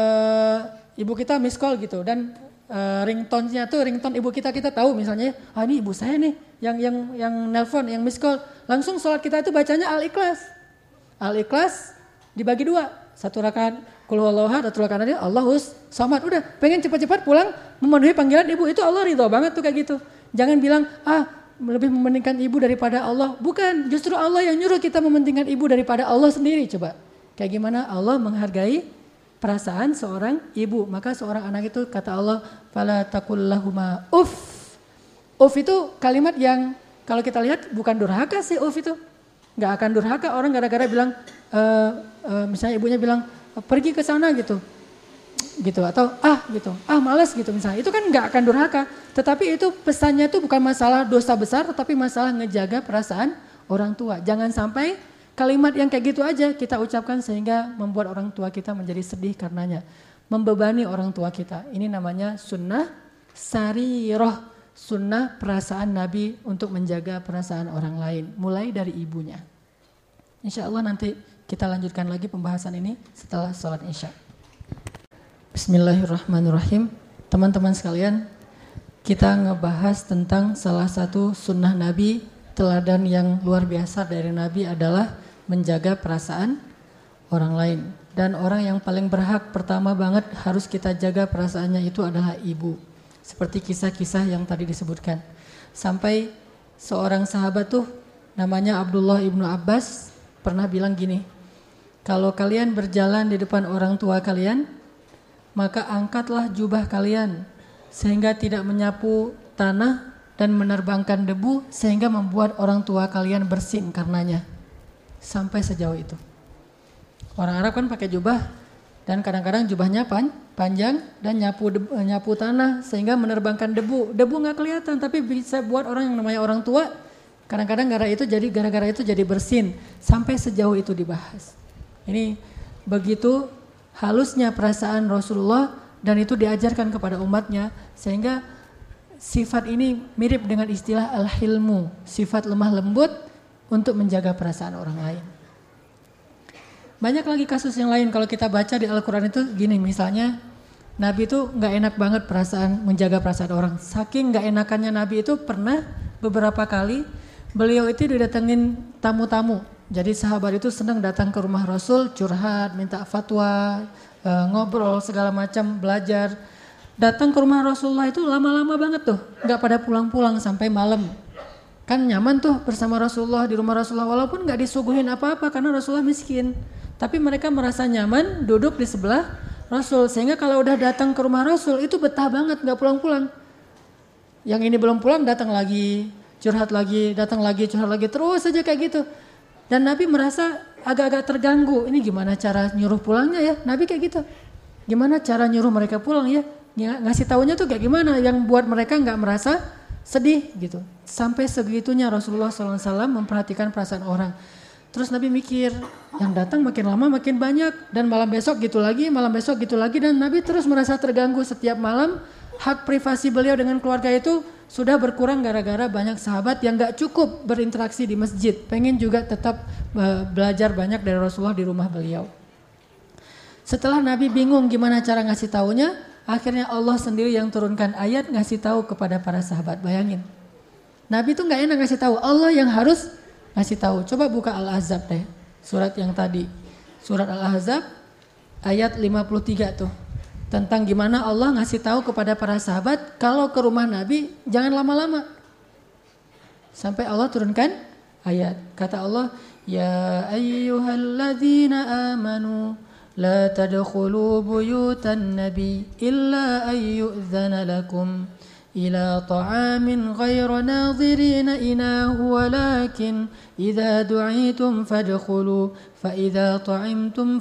ibu kita miss call gitu, dan ringtone-nya tuh ringtone ibu kita tahu misalnya, ini ibu saya nih yang nelpon, yang miss call. Langsung sholat kita itu bacanya Al-Ikhlas dibagi 2. 1 rakaat Qul huwallahu ahad, 1 rakaat Allahus samad. Udah, pengen cepat-cepat pulang memenuhi panggilan ibu, itu Allah ridho banget tuh kayak gitu. Jangan bilang, lebih mementingkan ibu daripada Allah. Bukan, justru Allah yang nyuruh kita mementingkan ibu daripada Allah sendiri. Coba, kayak gimana Allah menghargai perasaan seorang ibu. Maka seorang anak itu kata Allah, fala taqul lahuma uff. Uff itu kalimat yang kalau kita lihat bukan durhaka sih. Uff itu nggak akan durhaka orang gara-gara bilang, misalnya ibunya bilang pergi ke sana gitu atau malas gitu misalnya, itu kan nggak akan durhaka. Tetapi itu pesannya itu bukan masalah dosa besar, tetapi masalah ngejaga perasaan orang tua. Jangan sampai kalimat yang kayak gitu aja kita ucapkan sehingga membuat orang tua kita menjadi sedih karenanya, membebani orang tua kita. Ini namanya sunnah sariroh, sunnah perasaan Nabi untuk menjaga perasaan orang lain, mulai dari ibunya. Insya Allah nanti kita lanjutkan lagi pembahasan ini setelah sholat isya. Bismillahirrahmanirrahim. Teman-teman sekalian, kita ngebahas tentang salah satu sunnah Nabi, teladan yang luar biasa dari Nabi adalah menjaga perasaan orang lain. Dan orang yang paling berhak pertama banget harus kita jaga perasaannya itu adalah ibu. Seperti kisah-kisah yang tadi disebutkan. Sampai seorang sahabat tuh namanya Abdullah ibnu Abbas pernah bilang gini, kalau kalian berjalan di depan orang tua kalian, maka angkatlah jubah kalian sehingga tidak menyapu tanah dan menerbangkan debu sehingga membuat orang tua kalian bersin karenanya. Sampai sejauh itu. Orang Arab kan pakai jubah dan kadang-kadang jubahnya panjang dan nyapu tanah sehingga menerbangkan debu. Debu nggak kelihatan tapi bisa buat orang yang namanya orang tua kadang-kadang gara-gara itu jadi bersin. Sampai sejauh itu dibahas. Ini begitu halusnya perasaan Rasulullah dan itu diajarkan kepada umatnya sehingga sifat ini mirip dengan istilah al-hilmu, sifat lemah lembut untuk menjaga perasaan orang lain. Banyak lagi kasus yang lain kalau kita baca di Al-Quran itu gini, misalnya Nabi itu gak enak banget menjaga perasaan orang. Saking gak enakannya Nabi itu pernah beberapa kali beliau itu didatengin tamu-tamu. Jadi sahabat itu senang datang ke rumah Rasul, curhat, minta fatwa, ngobrol segala macam, belajar. Datang ke rumah Rasulullah itu lama-lama banget tuh, gak pada pulang-pulang sampai malam. Kan nyaman tuh bersama Rasulullah di rumah Rasulullah walaupun gak disuguhin apa-apa karena Rasulullah miskin. Tapi mereka merasa nyaman duduk di sebelah Rasul. Sehingga kalau udah datang ke rumah Rasul itu betah banget, gak pulang-pulang. Yang ini belum pulang datang lagi, curhat lagi, datang lagi, curhat lagi. Terus aja kayak gitu. Dan Nabi merasa agak-agak terganggu. Ini gimana cara nyuruh pulangnya ya? Nabi kayak gitu. Gimana cara nyuruh mereka pulang ya? Ngasih taunya tuh kayak gimana yang buat mereka gak merasa sedih gitu. Sampai segitunya Rasulullah SAW memperhatikan perasaan orang. Terus Nabi mikir, yang datang makin lama makin banyak. Dan malam besok gitu lagi, malam besok gitu lagi. Dan Nabi terus merasa terganggu setiap malam. Hak privasi beliau dengan keluarga itu sudah berkurang gara-gara banyak sahabat yang gak cukup berinteraksi di masjid. Pengen juga tetap belajar banyak dari Rasulullah di rumah beliau. Setelah Nabi bingung gimana cara ngasih taunya, akhirnya Allah sendiri yang turunkan ayat ngasih tahu kepada para sahabat. Bayangin, Nabi tuh gak enak ngasih tahu, Allah yang harus ngasih tahu. Coba buka Al-Ahzab deh, surat yang tadi. Surat Al-Ahzab ayat 53 tuh. Tentang gimana Allah ngasih tahu kepada para sahabat kalau ke rumah Nabi jangan lama-lama. Sampai Allah turunkan ayat. Kata Allah, ya ayyuhalladzina amanu la tadkhulu buyutan nabi illa ayyu'dzana lakum ila ta'amin ghayra nadhirina inahu walakin idza du'itum fadkhulu fa idza ta'imtum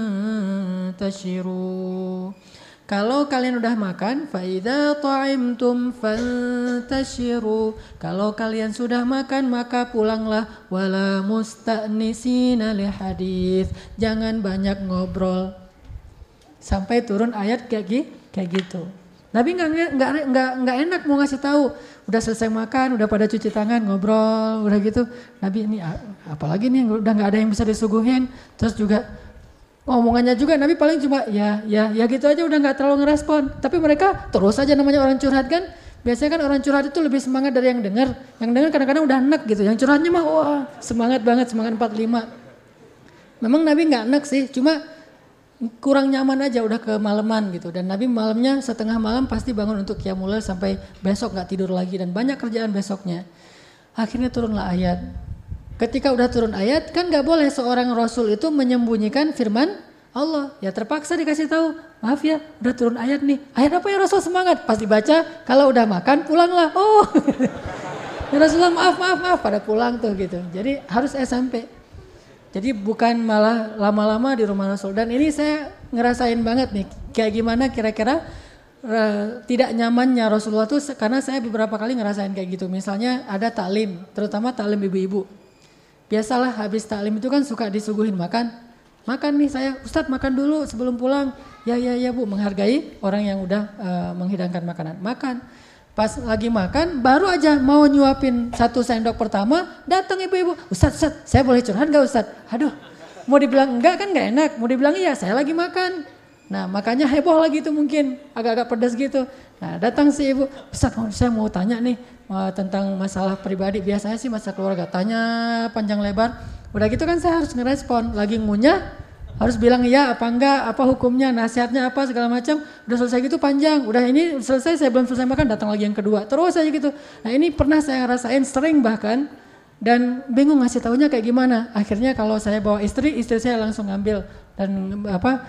fantashiru. Kalau kalian udah makan, fa idza ta'imtum fantashiru. Kalau kalian sudah makan maka pulanglah, wala musta'nisina li hadits. Jangan banyak ngobrol. Sampai turun ayat kayak gitu. Nabi nggak enak mau ngasih tahu. Udah selesai makan, udah pada cuci tangan, ngobrol, udah gitu. Nabi ini apalagi nih udah nggak ada yang bisa disuguhin. Terus juga omongannya juga Nabi paling cuma ya gitu aja, udah nggak terlalu ngerespon. Tapi mereka terus aja, namanya orang curhat kan. Biasanya kan orang curhat itu lebih semangat dari yang dengar. Yang dengar kadang-kadang udah enak gitu. Yang curhatnya mah wah semangat banget, semangat 45. Memang Nabi nggak enak sih, cuma kurang nyaman aja udah kemalaman gitu. Dan Nabi malamnya setengah malam pasti bangun untuk qiyamul lail sampai besok gak tidur lagi. Dan banyak kerjaan besoknya. Akhirnya turunlah ayat. Ketika udah turun ayat, kan gak boleh seorang Rasul itu menyembunyikan firman Allah. Ya terpaksa dikasih tahu, maaf ya udah turun ayat nih. Ayat apa ya Rasul? Semangat. Pas dibaca, kalau udah makan pulanglah. Oh ya Rasulullah maaf pada pulang tuh gitu. Jadi harus SMP. Jadi bukan malah lama-lama di rumah Rasul. Dan ini saya ngerasain banget nih. Kayak gimana kira-kira tidak nyamannya Rasulullah tuh. Karena saya beberapa kali ngerasain kayak gitu. Misalnya ada taklim, terutama taklim ibu-ibu. Biasalah habis taklim itu kan suka disuguhin makan. Makan nih saya, Ustadz makan dulu sebelum pulang. Ya Bu, menghargai orang yang udah menghidangkan makanan. Makan. Pas lagi makan, baru aja mau nyuapin 1 sendok pertama, datang ibu-ibu, Ustadz, saya boleh curhat gak Ustadz? Aduh, mau dibilang enggak kan gak enak, mau dibilang iya, saya lagi makan. Nah makanya heboh lagi tuh mungkin, agak-agak pedas gitu. Nah datang si ibu, Ustadz saya mau tanya nih tentang masalah pribadi, biasanya sih masalah keluarga, tanya panjang lebar. Udah gitu kan saya harus ngerespon, lagi ngunyah. Harus bilang iya apa enggak, apa hukumnya, nasihatnya apa segala macam. Udah selesai gitu panjang, udah ini selesai, saya belum selesai makan, datang lagi yang kedua. Terus aja gitu. Nah ini pernah saya rasain sering bahkan. Dan bingung ngasih taunya kayak gimana. Akhirnya kalau saya bawa istri saya langsung ngambil. Dan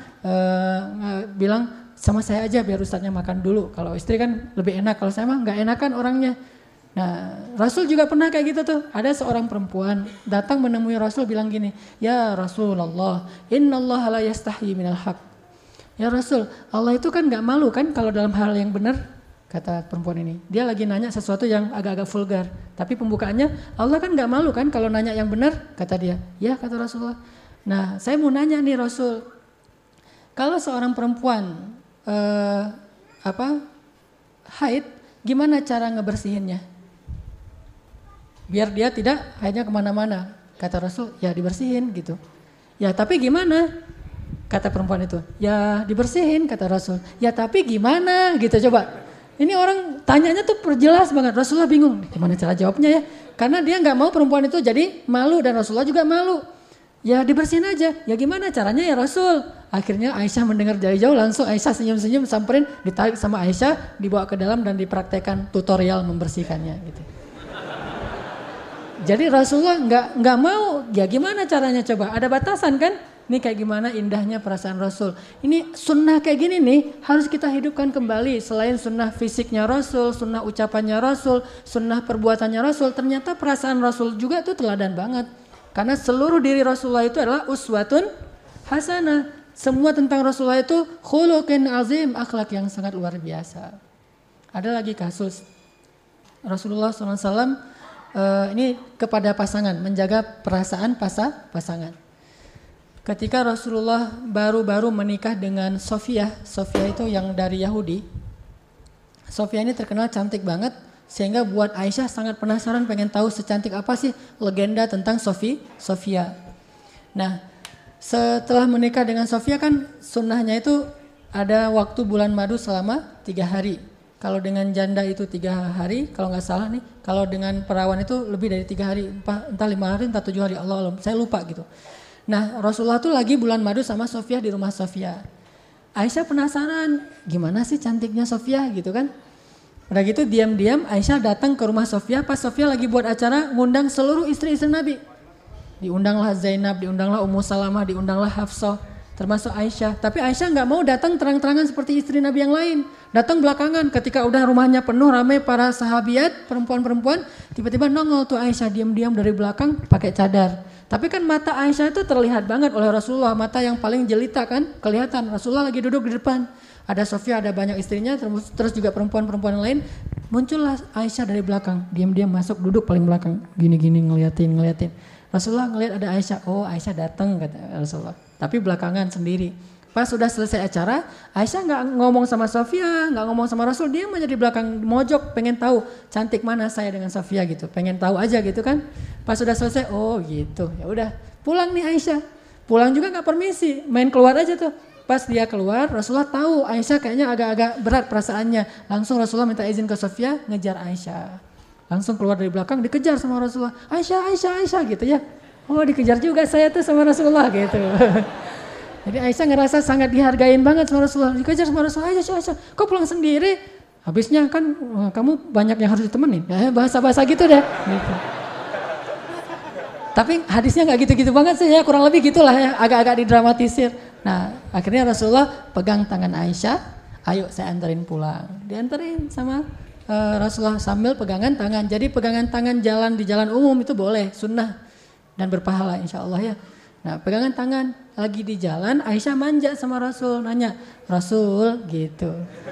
bilang sama saya aja biar Ustadznya makan dulu. Kalau istri kan lebih enak, kalau saya mah gak enakan orangnya. Nah Rasul juga pernah kayak gitu tuh. Ada seorang perempuan datang menemui Rasul bilang gini, ya Rasulullah, innallaha la yastahyi minal haq. Ya Rasul, Allah itu kan gak malu kan kalau dalam hal yang benar, kata perempuan ini. Dia lagi nanya sesuatu yang agak-agak vulgar. Tapi pembukaannya, Allah kan gak malu kan kalau nanya yang benar, kata dia. Ya kata Rasulullah. Nah saya mau nanya nih Rasul, kalau seorang perempuan haid, gimana cara ngebersihinnya? Biar dia tidak haidnya kemana-mana. Kata Rasul, ya dibersihin gitu. Ya tapi gimana? Kata perempuan itu, ya dibersihin kata Rasul. Ya tapi gimana gitu coba. Ini orang tanyanya tuh perjelas banget. Rasulullah bingung, gimana cara jawabnya ya. Karena dia gak mau perempuan itu jadi malu dan Rasulullah juga malu. Ya dibersihin aja, ya gimana caranya ya Rasul. Akhirnya Aisyah mendengar dari jauh, langsung Aisyah senyum-senyum samperin, ditarik sama Aisyah, dibawa ke dalam dan dipraktekkan tutorial membersihkannya gitu. Jadi Rasulullah nggak mau, ya gimana caranya coba? Ada batasan kan? Ini kayak gimana indahnya perasaan Rasul. Ini sunnah kayak gini nih harus kita hidupkan kembali. Selain sunnah fisiknya Rasul, sunnah ucapannya Rasul, sunnah perbuatannya Rasul. Ternyata perasaan Rasul juga itu teladan banget. Karena seluruh diri Rasulullah itu adalah uswatun hasanah. Semua tentang Rasulullah itu khuluqin azim, akhlak yang sangat luar biasa. Ada lagi kasus Rasulullah SAW ini kepada pasangan, menjaga perasaan pasangan. Ketika Rasulullah baru-baru menikah dengan Sofia itu yang dari Yahudi. Sofia ini terkenal cantik banget, sehingga buat Aisyah sangat penasaran pengen tahu secantik apa sih legenda tentang Sofia. Nah, setelah menikah dengan Sofia kan sunnahnya itu ada waktu bulan madu selama 3 hari. Kalau dengan janda itu 3 hari, kalau nggak salah nih. Kalau dengan perawan itu lebih dari 3 hari, entah 5 hari, entah 7 hari, Allah saya lupa gitu. Nah, Rasulullah tuh lagi bulan madu sama Sofia di rumah Sofia. Aisyah penasaran, gimana sih cantiknya Sofia gitu kan. Udah gitu diam-diam Aisyah datang ke rumah Sofia pas Sofia lagi buat acara ngundang seluruh istri-istri Nabi. Diundanglah Zainab, diundanglah Ummu Salamah, diundanglah Hafsah, termasuk Aisyah. Tapi Aisyah nggak mau datang terang-terangan seperti istri Nabi yang lain. Datang belakangan ketika udah rumahnya penuh ramai para sahabiat, perempuan-perempuan, tiba-tiba nongol tuh Aisyah diam-diam dari belakang pakai cadar. Tapi kan mata Aisyah itu terlihat banget oleh Rasulullah, mata yang paling jelita kan, kelihatan. Rasulullah lagi duduk di depan. Ada Sofia, ada banyak istrinya, terus juga perempuan-perempuan yang lain. Muncullah Aisyah dari belakang, diam-diam masuk duduk paling belakang, gini-gini ngeliatin. Rasulullah ngeliat ada Aisyah, oh Aisyah datang kata Rasulullah. Tapi belakangan sendiri. Pas sudah selesai acara, Aisyah nggak ngomong sama Sofia, nggak ngomong sama Rasul, dia aja di belakang mojok, pengen tahu cantik mana saya dengan Sofia gitu, pengen tahu aja gitu kan. Pas sudah selesai, oh gitu, ya udah pulang nih Aisyah. Pulang juga nggak permisi, main keluar aja tuh. Pas dia keluar, Rasulullah tahu Aisyah kayaknya agak-agak berat perasaannya. Langsung Rasulullah minta izin ke Sofia, ngejar Aisyah. Langsung keluar dari belakang, dikejar sama Rasulullah. Aisyah gitu ya. Oh dikejar juga saya tuh sama Rasulullah gitu. Jadi Aisyah ngerasa sangat dihargain banget sama Rasulullah. Dikejar sama Rasulullah, Aisyah, kok pulang sendiri? Habisnya kan kamu banyak yang harus ditemenin. Ya, bahasa-bahasa gitu deh. Gitu. Tapi hadisnya gak gitu-gitu banget sih ya, kurang lebih gitulah ya, agak-agak didramatisir. Nah akhirnya Rasulullah pegang tangan Aisyah, ayo saya anterin pulang. Dianterin sama Rasulullah sambil pegangan tangan. Jadi pegangan tangan jalan di jalan umum itu boleh, sunnah dan berpahala insya Allah ya. Nah pegangan tangan lagi di jalan, Aisyah manja sama Rasul, nanya, Rasul gitu.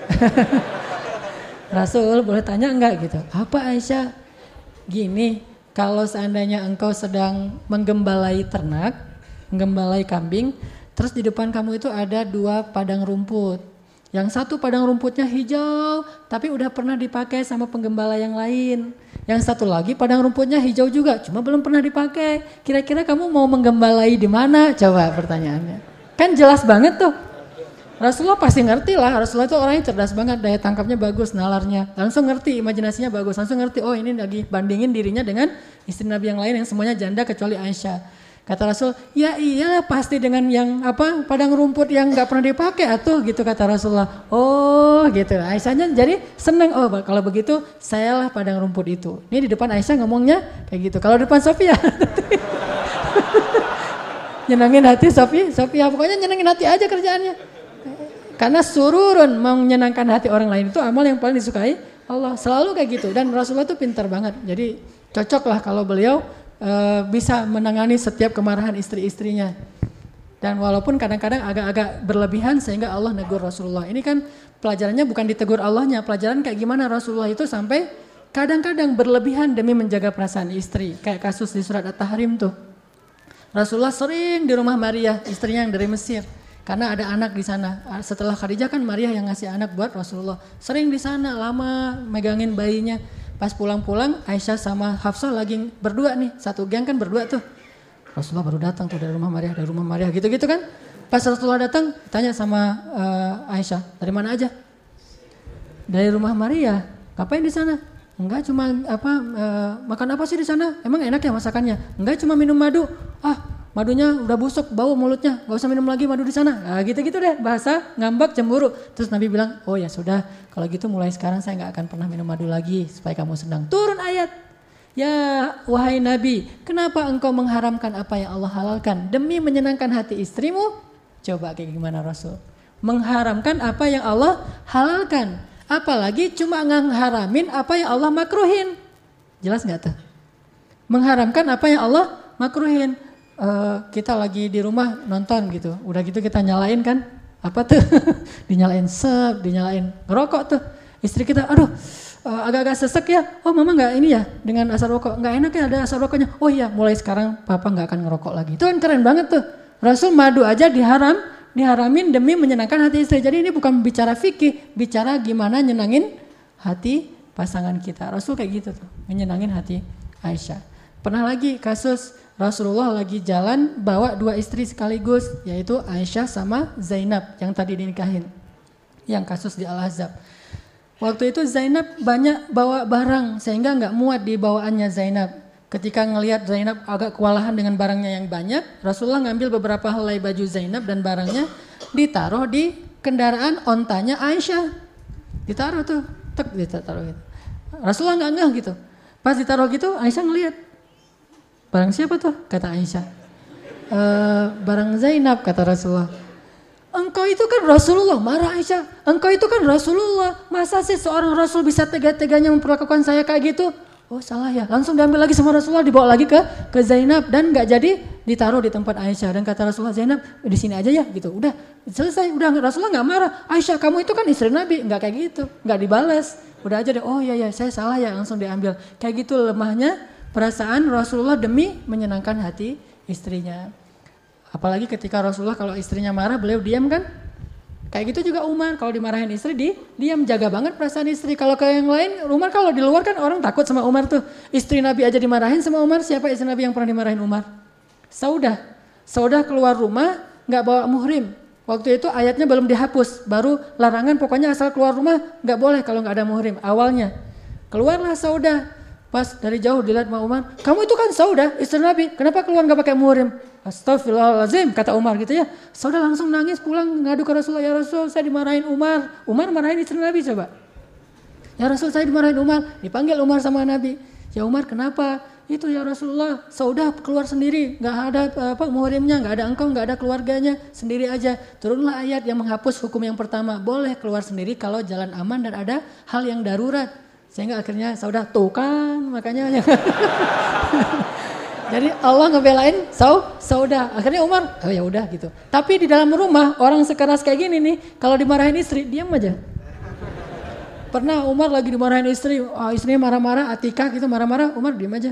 Rasul boleh tanya enggak gitu? Apa Aisyah? Gini, kalau seandainya engkau sedang menggembalai ternak, menggembalai kambing, terus di depan kamu itu ada 2 padang rumput. Yang satu padang rumputnya hijau, tapi udah pernah dipakai sama penggembala yang lain. Yang satu lagi padang rumputnya hijau juga, cuma belum pernah dipakai. Kira-kira kamu mau menggembalai di mana? Coba pertanyaannya. Kan jelas banget tuh. Rasulullah pasti ngerti lah, Rasulullah itu orangnya cerdas banget, daya tangkapnya bagus, nalarnya. Langsung ngerti, imajinasinya bagus, langsung ngerti, oh ini lagi bandingin dirinya dengan istri Nabi yang lain yang semuanya janda kecuali Aisyah. Kata Rasul, ya iyalah pasti dengan yang padang rumput yang gak pernah dipakai atuh gitu kata Rasulullah. Oh gitu, Aisyahnya jadi seneng, oh kalau begitu sayalah padang rumput itu. Ini di depan Aisyah ngomongnya kayak gitu, kalau di depan Sofia nyenangin hati Sofia pokoknya nyenangin hati aja kerjaannya. Karena sururun menyenangkan hati orang lain itu amal yang paling disukai Allah, selalu kayak gitu. Dan Rasulullah itu pintar banget, jadi cocok lah kalau beliau bisa menangani setiap kemarahan istri-istrinya. Dan walaupun kadang-kadang agak-agak berlebihan sehingga Allah negur Rasulullah. Ini kan pelajarannya bukan ditegur Allahnya, pelajaran kayak gimana Rasulullah itu sampai kadang-kadang berlebihan demi menjaga perasaan istri. Kayak kasus di surat At-Tahrim tuh. Rasulullah sering di rumah Maria, istrinya yang dari Mesir. Karena ada anak di sana. Setelah Khadijah kan Maria yang ngasih anak buat Rasulullah. Sering di sana lama megangin bayinya. Pas pulang-pulang Aisyah sama Hafsah lagi berdua nih, satu geng kan berdua tuh. Rasulullah baru datang tuh dari rumah Maria gitu-gitu kan. Pas Rasulullah datang tanya sama Aisyah, dari mana aja? Dari rumah Maria. Ngapain di sana? Enggak cuma makan apa sih di sana? Emang enak ya masakannya? Enggak cuma minum madu. Madunya udah busuk, bau mulutnya, gak usah minum lagi madu di sana. Nah, gitu-gitu deh, bahasa ngambek cemburu. Terus Nabi bilang, oh ya sudah, kalau gitu mulai sekarang saya gak akan pernah minum madu lagi supaya kamu senang. Turun ayat, Ya wahai Nabi, kenapa engkau mengharamkan apa yang Allah halalkan demi menyenangkan hati istrimu? Coba kayak gimana Rasul? Mengharamkan apa yang Allah halalkan. Apalagi cuma mengharamin apa yang Allah makruhin. Jelas gak tuh? Mengharamkan apa yang Allah makruhin. Kita lagi di rumah nonton gitu. Udah gitu kita nyalain kan. Apa tuh? Dinyalain dinyalain ngerokok tuh. Istri kita, aduh agak-agak sesek ya. Oh mama gak ini ya dengan asap rokok. Gak enak ya ada asap rokoknya. Oh iya mulai sekarang papa gak akan ngerokok lagi. Itu kan keren banget tuh. Rasul madu aja diharamin demi menyenangkan hati istri. Jadi ini bukan bicara fikih. Bicara gimana nyenangin hati pasangan kita. Rasul kayak gitu tuh. Menyenangin hati Aisyah. Pernah lagi kasus Rasulullah lagi jalan bawa 2 istri sekaligus. Yaitu Aisyah sama Zainab yang tadi dinikahin. Yang kasus di Al-Ahzab. Waktu itu Zainab banyak bawa barang sehingga nggak muat di bawaannya Zainab. Ketika ngelihat Zainab agak kewalahan dengan barangnya yang banyak, Rasulullah ngambil beberapa helai baju Zainab dan barangnya ditaruh di kendaraan ontanya Aisyah. Ditaruh tuh, ditaruh gitu. Rasulullah nggak ngeh gitu. Pas ditaruh gitu Aisyah ngelihat. Barang siapa tuh? Kata Aisyah. Barang Zainab kata Rasulullah. Engkau itu kan Rasulullah, marah Aisyah. Engkau itu kan Rasulullah. Masa sih seorang Rasul bisa tega-teganya memperlakukan saya kayak gitu? Oh salah ya. Langsung diambil lagi sama Rasulullah, dibawa lagi ke Zainab dan nggak jadi ditaruh di tempat Aisyah. Dan kata Rasulullah, Zainab di sini aja ya gitu. Udah selesai. Udah Rasulullah nggak marah. Aisyah kamu itu kan istri Nabi, nggak kayak gitu, nggak dibalas. Udah aja deh. Oh iya ya saya salah ya, langsung diambil. Kayak gitu lemahnya perasaan Rasulullah demi menyenangkan hati istrinya. Apalagi ketika Rasulullah kalau istrinya marah beliau diam kan. Kayak gitu juga Umar kalau dimarahin istri diam, jaga banget perasaan istri. Kalau ke yang lain Umar kalau di luar kan orang takut sama Umar tuh. Istri Nabi aja dimarahin sama Umar. Siapa istri Nabi yang pernah dimarahin Umar? Saudah keluar rumah gak bawa muhrim. Waktu itu ayatnya belum dihapus. Baru larangan pokoknya asal keluar rumah gak boleh kalau gak ada muhrim awalnya. Keluarlah Saudah. Pas dari jauh dilihat sama Umar, kamu itu kan Saudah, istri Nabi, kenapa keluar gak pakai muhrim? Astagfirullahaladzim, kata Umar gitu ya. Saudah langsung nangis pulang ngadu ke Rasulullah, ya Rasul saya dimarahin Umar. Umar marahin istri Nabi coba. Ya Rasul saya dimarahin Umar, dipanggil Umar sama Nabi. Ya Umar kenapa? Itu ya Rasulullah, Saudah keluar sendiri, gak ada muhrimnya, gak ada engkau, gak ada keluarganya, sendiri aja. Turunlah ayat yang menghapus hukum yang pertama, boleh keluar sendiri kalau jalan aman dan ada hal yang darurat. Sehingga akhirnya Saudah tuh kan makanya jadi Allah ngebelain Saudah. Akhirnya Umar oh ya udah gitu. Tapi di dalam rumah orang sekeras kayak gini nih kalau dimarahin istri diam aja. Pernah Umar lagi dimarahin istri, istrinya marah-marah, Atikah gitu marah-marah, Umar diam aja.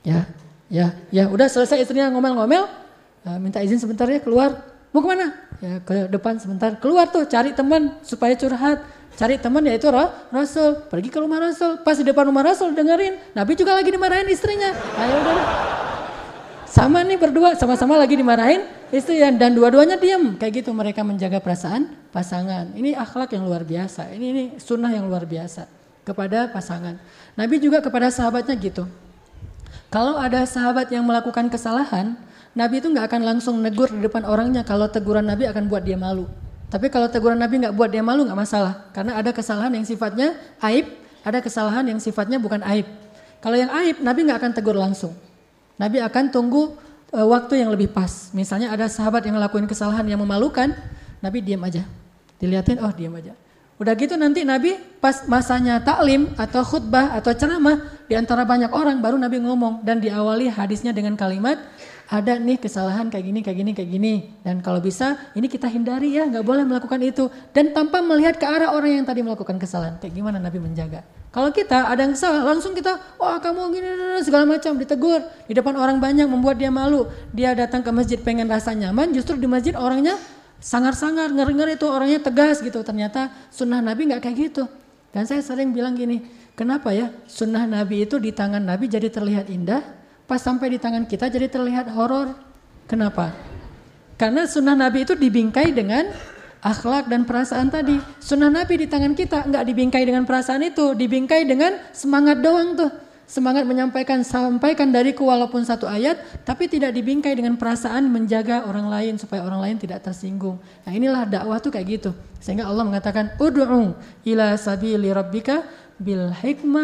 Ya udah selesai istrinya ngomel-ngomel, minta izin sebentar ya keluar. Mau kemana? Ya ke depan sebentar. Keluar tuh cari teman supaya curhat. Cari teman yaitu Rasul. Pergi ke rumah Rasul. Pas di depan rumah Rasul dengerin. Nabi juga lagi dimarahin istrinya. Ayo udah. Sama nih berdua sama-sama lagi dimarahin istri dan dua-duanya diam. Kayak gitu mereka menjaga perasaan pasangan. Ini akhlak yang luar biasa. Ini sunnah yang luar biasa kepada pasangan. Nabi juga kepada sahabatnya gitu. Kalau ada sahabat yang melakukan kesalahan, Nabi itu gak akan langsung negur di depan orangnya. Kalau teguran Nabi akan buat dia malu. Tapi kalau teguran Nabi gak buat dia malu gak masalah. Karena ada kesalahan yang sifatnya aib, ada kesalahan yang sifatnya bukan aib. Kalau yang aib, Nabi gak akan tegur langsung. Nabi akan tunggu waktu yang lebih pas. Misalnya ada sahabat yang ngelakuin kesalahan yang memalukan, Nabi diam aja. Dilihatin, oh diam aja. Udah gitu nanti Nabi pas masanya taklim atau khutbah atau ceramah di antara banyak orang baru Nabi ngomong. Dan diawali hadisnya dengan kalimat, ada nih kesalahan kayak gini. Dan kalau bisa ini kita hindari ya, gak boleh melakukan itu. Dan tanpa melihat ke arah orang yang tadi melakukan kesalahan. Kayak gimana Nabi menjaga. Kalau kita ada yang salah langsung kita, wah kamu gini segala macam ditegur. Di depan orang banyak membuat dia malu. Dia datang ke masjid pengen rasa nyaman, justru di masjid orangnya sangar-sangar, ngeri-ngeri itu orangnya tegas gitu. Ternyata sunnah Nabi gak kayak gitu. Dan saya sering bilang gini, kenapa ya sunnah Nabi itu di tangan Nabi jadi terlihat indah, pas sampai di tangan kita jadi terlihat horor. Kenapa? Karena sunnah Nabi itu dibingkai dengan akhlak dan perasaan tadi. Sunnah Nabi di tangan kita nggak dibingkai dengan perasaan itu, dibingkai dengan semangat doang tuh. Semangat sampaikan dariku walaupun satu ayat, tapi tidak dibingkai dengan perasaan menjaga orang lain supaya orang lain tidak tersinggung. Nah inilah dakwah tuh kayak gitu. Sehingga Allah mengatakan, ud'u ila sabili rabbika bil hikmah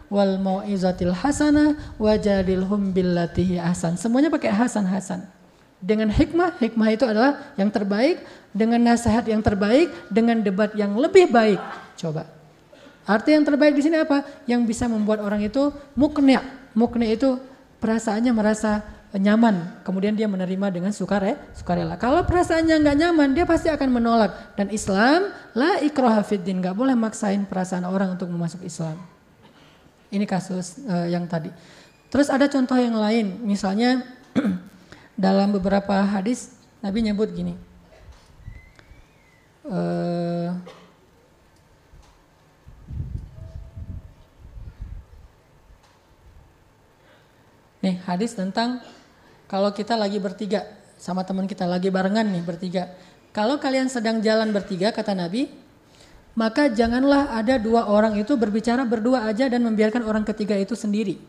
wal mau'izatil hasanah wajadilhum billati hi ahsan. Semuanya pakai hasan. Dengan hikmah itu adalah yang terbaik, dengan nasihat yang terbaik, dengan debat yang lebih baik. Coba. Arti yang terbaik di sini apa? Yang bisa membuat orang itu mukni'. Mukni' itu perasaannya merasa nyaman, kemudian dia menerima dengan sukarela. Kalau perasaannya nggak nyaman, dia pasti akan menolak. Dan Islam la ikraha fiddin, nggak boleh maksain perasaan orang untuk masuk Islam. Ini kasus yang tadi. Terus ada contoh yang lain, misalnya dalam beberapa hadis Nabi nyebut gini. Nih hadis tentang kalau kita lagi bertiga sama teman kita lagi barengan nih bertiga. Kalau kalian sedang jalan bertiga kata Nabi, maka janganlah ada dua orang itu berbicara berdua aja dan membiarkan orang ketiga itu sendiri.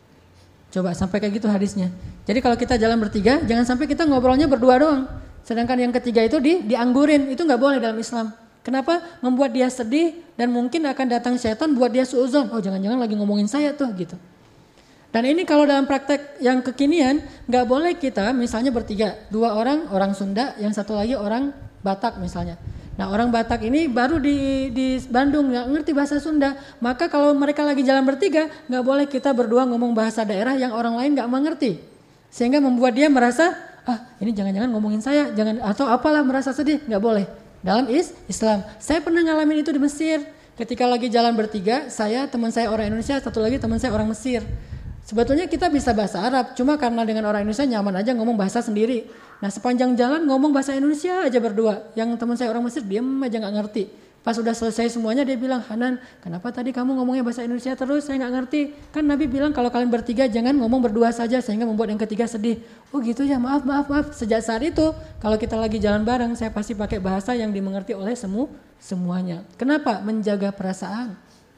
Coba sampai kayak gitu hadisnya. Jadi kalau kita jalan bertiga, jangan sampai kita ngobrolnya berdua doang. Sedangkan yang ketiga itu dianggurin, itu nggak boleh dalam Islam. Kenapa? Membuat dia sedih dan mungkin akan datang setan buat dia suudzon. Oh jangan-jangan lagi ngomongin saya tuh gitu. Dan ini kalau dalam praktek yang kekinian, nggak boleh kita misalnya bertiga, dua orang Sunda, yang satu lagi orang Batak misalnya. Nah orang Batak ini baru di Bandung nggak ngerti bahasa Sunda, maka kalau mereka lagi jalan bertiga, nggak boleh kita berdua ngomong bahasa daerah yang orang lain nggak mengerti, sehingga membuat dia merasa ini jangan-jangan ngomongin saya, jangan atau apalah merasa sedih, nggak boleh. Dalam Islam, saya pernah ngalamin itu di Mesir, ketika lagi jalan bertiga, saya teman saya orang Indonesia, satu lagi teman saya orang Mesir. Sebetulnya kita bisa bahasa Arab, cuma karena dengan orang Indonesia nyaman aja ngomong bahasa sendiri. Nah sepanjang jalan ngomong bahasa Indonesia aja berdua. Yang teman saya orang Mesir diam aja nggak ngerti. Pas udah selesai semuanya dia bilang, Hanan kenapa tadi kamu ngomongnya bahasa Indonesia terus, saya nggak ngerti. Kan Nabi bilang kalau kalian bertiga jangan ngomong berdua saja sehingga membuat yang ketiga sedih. Oh gitu ya, maaf. Sejak saat itu kalau kita lagi jalan bareng saya pasti pakai bahasa yang dimengerti oleh semuanya. Kenapa? Menjaga perasaan.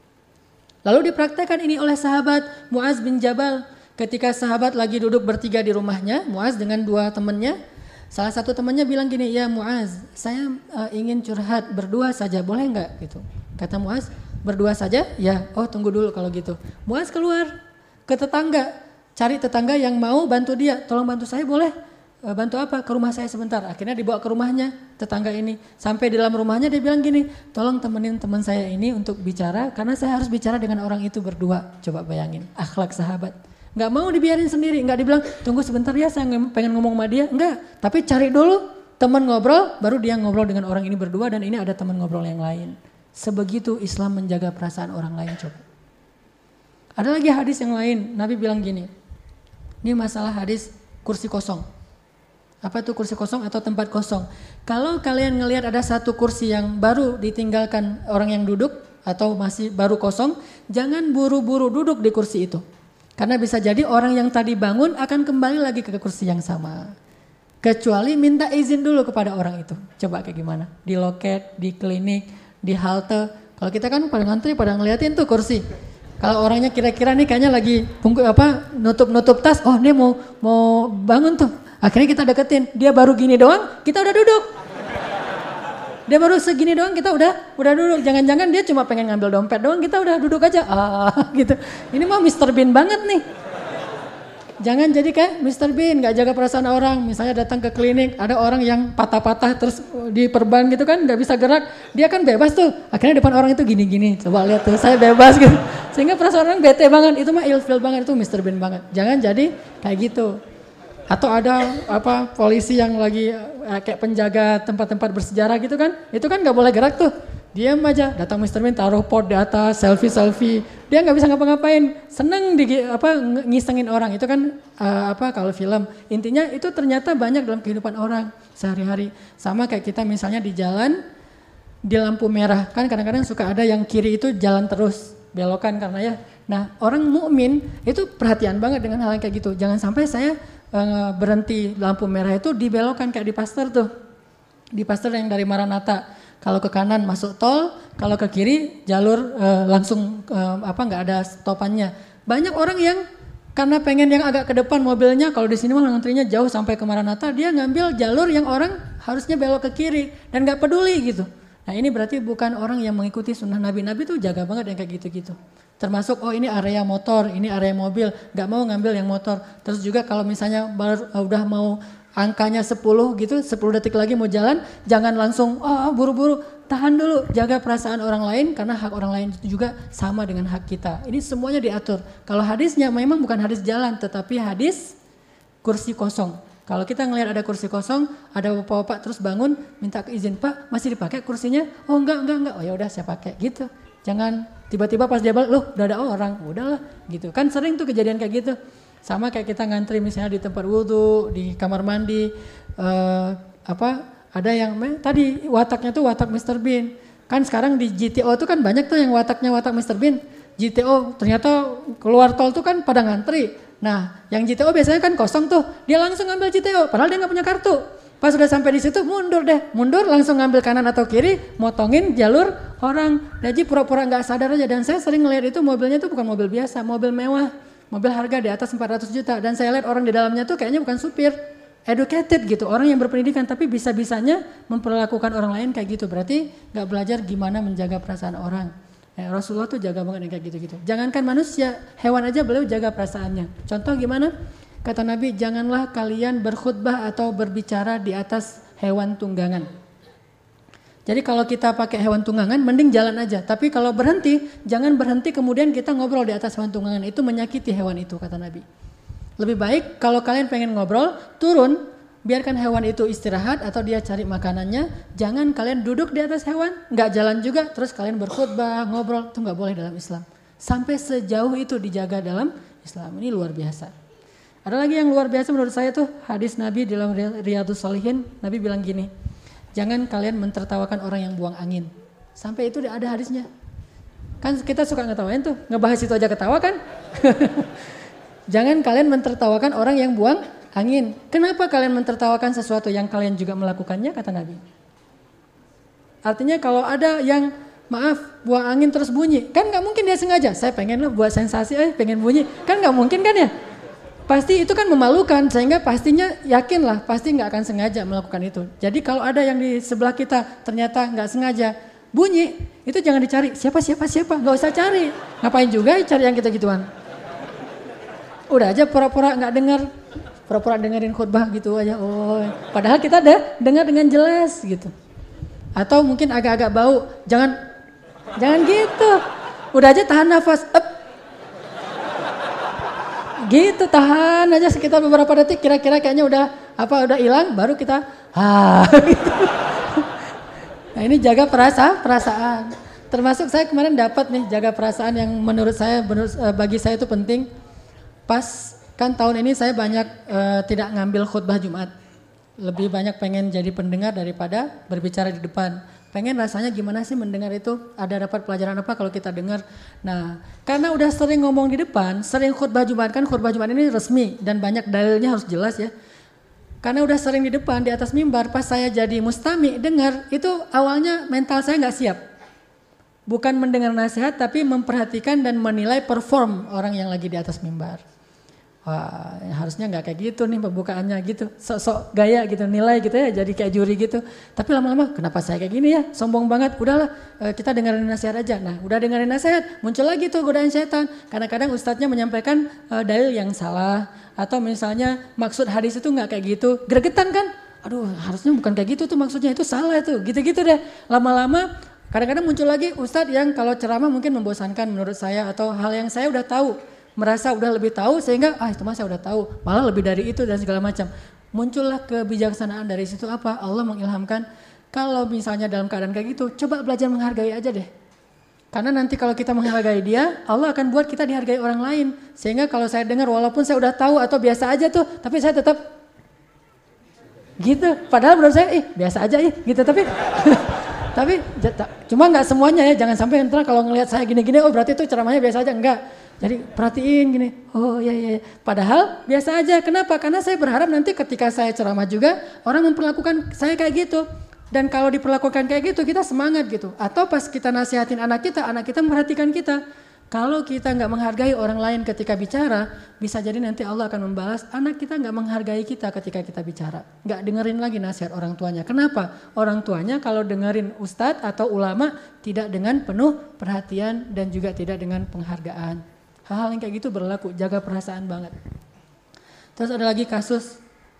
Lalu dipraktekkan ini oleh sahabat Muaz bin Jabal. Ketika sahabat lagi duduk bertiga di rumahnya, Muaz dengan dua temannya. Salah satu temannya bilang gini, ya Muaz, saya ingin curhat berdua saja, boleh nggak? Gitu. Kata Muaz, berdua saja? Ya, oh tunggu dulu kalau gitu. Muaz keluar ke tetangga, cari tetangga yang mau bantu dia. Tolong bantu saya boleh? Bantu apa? Ke rumah saya sebentar. Akhirnya dibawa ke rumahnya tetangga ini. Sampai di dalam rumahnya dia bilang gini, tolong temenin teman saya ini untuk bicara karena saya harus bicara dengan orang itu berdua. Coba bayangin, akhlak sahabat. Gak mau dibiarin sendiri, gak dibilang tunggu sebentar ya saya pengen ngomong sama dia. Enggak, tapi cari dulu teman ngobrol, baru dia ngobrol dengan orang ini berdua dan ini ada teman ngobrol yang lain. Sebegitu Islam menjaga perasaan orang lain. Coba. Ada lagi hadis yang lain, Nabi bilang gini, ini masalah hadis kursi kosong. Apa itu kursi kosong atau tempat kosong? Kalau kalian ngelihat ada satu kursi yang baru ditinggalkan orang yang duduk atau masih baru kosong, jangan buru-buru duduk di kursi itu. Karena bisa jadi orang yang tadi bangun akan kembali lagi ke kursi yang sama. Kecuali minta izin dulu kepada orang itu. Coba kayak gimana? Di loket, di klinik, di halte. Kalau kita kan pada ngantri, pada ngeliatin tuh kursi. Kalau orangnya kira-kira nih kayaknya lagi nutup tas, oh dia mau bangun tuh. Akhirnya kita deketin, dia baru gini doang, kita udah duduk. Dia baru segini doang, kita udah duduk. Jangan-jangan dia cuma pengen ngambil dompet doang, kita udah duduk aja. Gitu. Ini mah Mr. Bean banget nih. Jangan jadi kayak Mr. Bean, gak jaga perasaan orang. Misalnya datang ke klinik, ada orang yang patah-patah terus diperban gitu kan, gak bisa gerak. Dia kan bebas tuh, akhirnya depan orang itu gini-gini. Coba lihat tuh, saya bebas gitu. Sehingga perasaan orang bete banget, itu mah ilfil banget, itu Mr. Bean banget. Jangan jadi kayak gitu. Atau ada polisi yang lagi kayak penjaga tempat-tempat bersejarah gitu kan, itu kan nggak boleh gerak tuh, diam aja. Datang Mr. Bean taruh pot di atas, selfie, dia nggak bisa ngapa-ngapain, seneng ngisengin orang. Itu kan kalau film. Intinya itu ternyata banyak dalam kehidupan orang sehari-hari. Sama kayak kita misalnya di jalan, di lampu merah kan kadang-kadang suka ada yang kiri itu jalan terus, belokan karena ya. Nah orang mukmin itu perhatian banget dengan hal yang kayak gitu. Jangan sampai saya berhenti lampu merah itu dibelokkan kayak di Pasteur tuh. Di Pasteur yang dari Maranatha. Kalau ke kanan masuk tol, kalau ke kiri jalur langsung nggak ada stopannya. Banyak orang yang karena pengen yang agak ke depan mobilnya, kalau di sini mah ngantrinya jauh sampai ke Maranatha, dia ngambil jalur yang orang harusnya belok ke kiri dan nggak peduli gitu. Nah ini berarti bukan orang yang mengikuti sunnah Nabi. Nabi tuh jaga banget yang kayak gitu-gitu. Termasuk ini area motor, ini area mobil, nggak mau ngambil yang motor. Terus juga kalau misalnya udah mau angkanya 10 gitu, 10 detik lagi mau jalan, jangan langsung buru-buru, tahan dulu, jaga perasaan orang lain karena hak orang lain itu juga sama dengan hak kita. Ini semuanya diatur. Kalau hadisnya memang bukan hadis jalan, tetapi hadis kursi kosong. Kalau kita ngelihat ada kursi kosong, ada bapak-bapak terus bangun minta izin, Pak masih dipakai kursinya? Oh enggak, oh ya udah saya pakai gitu. Jangan tiba-tiba pas dia balik, loh udah ada orang, udahlah gitu. Kan sering tuh kejadian kayak gitu. Sama kayak kita ngantri misalnya di tempat wudhu, di kamar mandi, ada yang tadi wataknya tuh watak Mr. Bean. Kan sekarang di GTO tuh kan banyak tuh yang wataknya watak Mr. Bean. GTO ternyata keluar tol tuh kan pada ngantri. Nah yang GTO biasanya kan kosong tuh, dia langsung ngambil GTO, padahal dia nggak punya kartu. Pas sudah sampai di situ mundur langsung ngambil kanan atau kiri, motongin jalur orang. Jadi pura-pura nggak sadar aja. Dan saya sering ngeliat itu mobilnya tuh bukan mobil biasa, mobil mewah, mobil harga di atas 400 juta. Dan saya lihat orang di dalamnya tuh kayaknya bukan supir, educated gitu, orang yang berpendidikan tapi bisa-bisanya memperlakukan orang lain kayak gitu. Berarti nggak belajar gimana menjaga perasaan orang. Rasulullah tuh jaga banget yang kayak gitu-gitu. Jangankan manusia, hewan aja beliau jaga perasaannya. Contoh gimana? Kata Nabi, janganlah kalian berkhutbah atau berbicara di atas hewan tunggangan. Jadi kalau kita pakai hewan tunggangan, mending jalan aja. Tapi kalau berhenti, jangan berhenti kemudian kita ngobrol di atas hewan tunggangan. Itu menyakiti hewan itu, kata Nabi. Lebih baik kalau kalian pengen ngobrol, turun, biarkan hewan itu istirahat atau dia cari makanannya. Jangan kalian duduk di atas hewan, nggak jalan juga, terus kalian berkhutbah, ngobrol. Itu nggak boleh dalam Islam. Sampai sejauh itu dijaga dalam Islam. Ini luar biasa. Ada lagi yang luar biasa menurut saya tuh hadis Nabi dalam Riyadhus Shalihin. Nabi bilang gini, jangan kalian mentertawakan orang yang buang angin. Sampai itu ada hadisnya. Kan kita suka ngetawain tuh, ngebahas itu aja ketawa kan. Jangan kalian mentertawakan orang yang buang angin. Kenapa kalian mentertawakan sesuatu yang kalian juga melakukannya, kata Nabi. Artinya kalau ada yang buang angin terus bunyi, kan gak mungkin dia sengaja. Saya pengen buat sensasi, pengen bunyi. Kan gak mungkin kan ya. Pasti itu kan memalukan, sehingga pastinya yakinlah pasti nggak akan sengaja melakukan itu. Jadi kalau ada yang di sebelah kita ternyata nggak sengaja bunyi, itu jangan dicari siapa, nggak usah cari. Ngapain juga cari yang gitu-gituan? Udah aja pura-pura nggak dengar, pura-pura dengerin khutbah gitu aja. Oh, padahal kita udah dengar dengan jelas gitu. Atau mungkin agak-agak bau, jangan gitu. Udah aja tahan nafas, gitu tahan aja sekitar beberapa detik, kira-kira kayaknya udah hilang, baru kita gitu. Nah ini jaga perasaan. Termasuk saya kemarin dapat nih jaga perasaan yang menurut bagi saya itu penting. Pas kan tahun ini saya banyak tidak ngambil khutbah Jumat, lebih banyak pengen jadi pendengar daripada berbicara di depan. Pengen rasanya gimana sih mendengar itu, ada dapat pelajaran apa kalau kita dengar. Nah karena udah sering ngomong di depan, sering khutbah Jumat, kan khutbah Jumat ini resmi dan banyak dalilnya harus jelas ya. Karena udah sering di depan, di atas mimbar, pas saya jadi mustami dengar, itu awalnya mental saya gak siap. Bukan mendengar nasihat tapi memperhatikan dan menilai perform orang yang lagi di atas mimbar. Wah, harusnya nggak kayak gitu nih pembukaannya gitu, sok-sok gaya gitu, nilai gitu ya, jadi kayak juri gitu. Tapi lama-lama kenapa saya kayak gini ya, sombong banget. Udahlah, kita dengerin nasihat aja. Nah, udah dengerin nasihat, muncul lagi tuh godaan setan. Kadang-kadang ustadznya menyampaikan dalil yang salah, atau misalnya maksud hadis itu nggak kayak gitu, gregetan kan? Aduh, harusnya bukan kayak gitu tuh maksudnya, itu salah tuh, gitu-gitu deh. Lama-lama kadang-kadang muncul lagi ustadz yang kalau ceramah mungkin membosankan menurut saya, atau hal yang saya udah tahu, merasa udah lebih tahu sehingga itu mah saya udah tahu, malah lebih dari itu dan segala macam. Muncullah kebijaksanaan dari situ. Apa? Allah mengilhamkan kalau misalnya dalam keadaan kayak gitu, coba belajar menghargai aja deh. Karena nanti kalau kita menghargai dia, Allah akan buat kita dihargai orang lain. Sehingga kalau saya dengar walaupun saya udah tahu atau biasa aja tuh, tapi saya tetap gitu. Padahal menurut saya biasa aja gitu, tapi tapi cuma nggak semuanya ya. Jangan sampai ntar kalau ngelihat saya gini-gini, berarti itu ceramahnya biasa aja. Enggak. Jadi perhatiin gini, oh iya. Padahal biasa aja. Kenapa? Karena saya berharap nanti ketika saya ceramah juga orang memperlakukan saya kayak gitu. Dan kalau diperlakukan kayak gitu kita semangat gitu. Atau pas kita nasihatin anak kita memperhatikan kita. Kalau kita nggak menghargai orang lain ketika bicara, bisa jadi nanti Allah akan membalas anak kita nggak menghargai kita ketika kita bicara. Nggak dengerin lagi nasihat orang tuanya. Kenapa? Orang tuanya kalau dengerin ustadz atau ulama tidak dengan penuh perhatian dan juga tidak dengan penghargaan. Hal-hal yang kayak gitu berlaku, jaga perasaan banget. Terus ada lagi kasus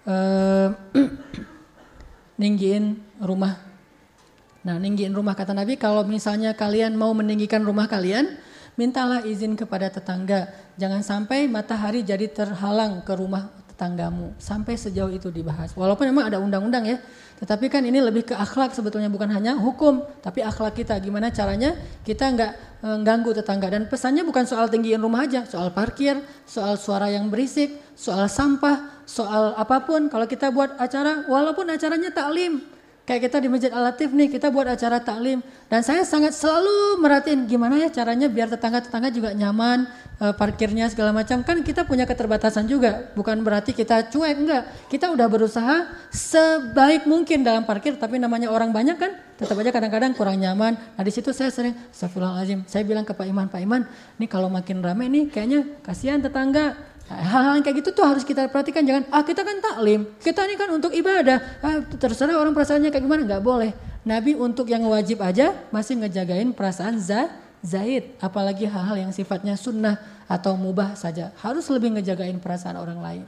ninggiin rumah. Nah, ninggiin rumah kata Nabi, kalau misalnya kalian mau meninggikan rumah kalian, mintalah izin kepada tetangga. Jangan sampai matahari jadi terhalang ke rumah tetanggamu. Sampai sejauh itu dibahas. Walaupun memang ada undang-undang ya. Tetapi kan ini lebih ke akhlak sebetulnya, bukan hanya hukum. Tapi akhlak kita. Gimana caranya kita nggak ganggu tetangga. Dan pesannya bukan soal tinggiin rumah aja. Soal parkir, soal suara yang berisik, soal sampah, soal apapun. Kalau kita buat acara, walaupun acaranya taklim. Kayak kita di Masjid Al-Latif nih, kita buat acara taklim. Dan saya sangat selalu merhatiin gimana ya caranya biar tetangga-tetangga juga nyaman, parkirnya segala macam. Kan kita punya keterbatasan juga, bukan berarti kita cuek, enggak. Kita udah berusaha sebaik mungkin dalam parkir, tapi namanya orang banyak kan, tetap aja kadang-kadang kurang nyaman. Nah di situ saya sering, astagfirullahaladzim, saya bilang ke Pak Iman, nih kalau makin rame nih kayaknya kasihan tetangga. Hal-hal kayak gitu tuh harus kita perhatikan. Jangan, kita kan taklim, kita ini kan untuk ibadah, terserah orang perasaannya kayak gimana, nggak boleh. Nabi untuk yang wajib aja masih ngejagain perasaan zaid, apalagi hal-hal yang sifatnya sunnah atau mubah saja, harus lebih ngejagain perasaan orang lain.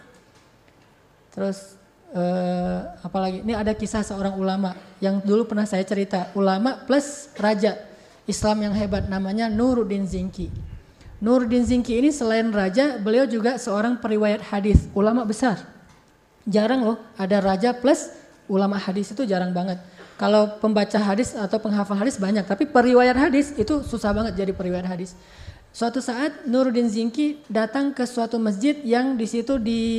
Terus apalagi, ini ada kisah seorang ulama yang dulu pernah saya cerita, ulama plus raja Islam yang hebat, namanya Nuruddin Zinki. Nuruddin Zinki ini selain raja, beliau juga seorang periwayat hadis, ulama besar. Jarang loh ada raja plus ulama hadis, itu jarang banget. Kalau pembaca hadis atau penghafal hadis banyak, tapi periwayat hadis itu susah banget jadi periwayat hadis. Suatu saat Nuruddin Zinki datang ke suatu masjid yang di situ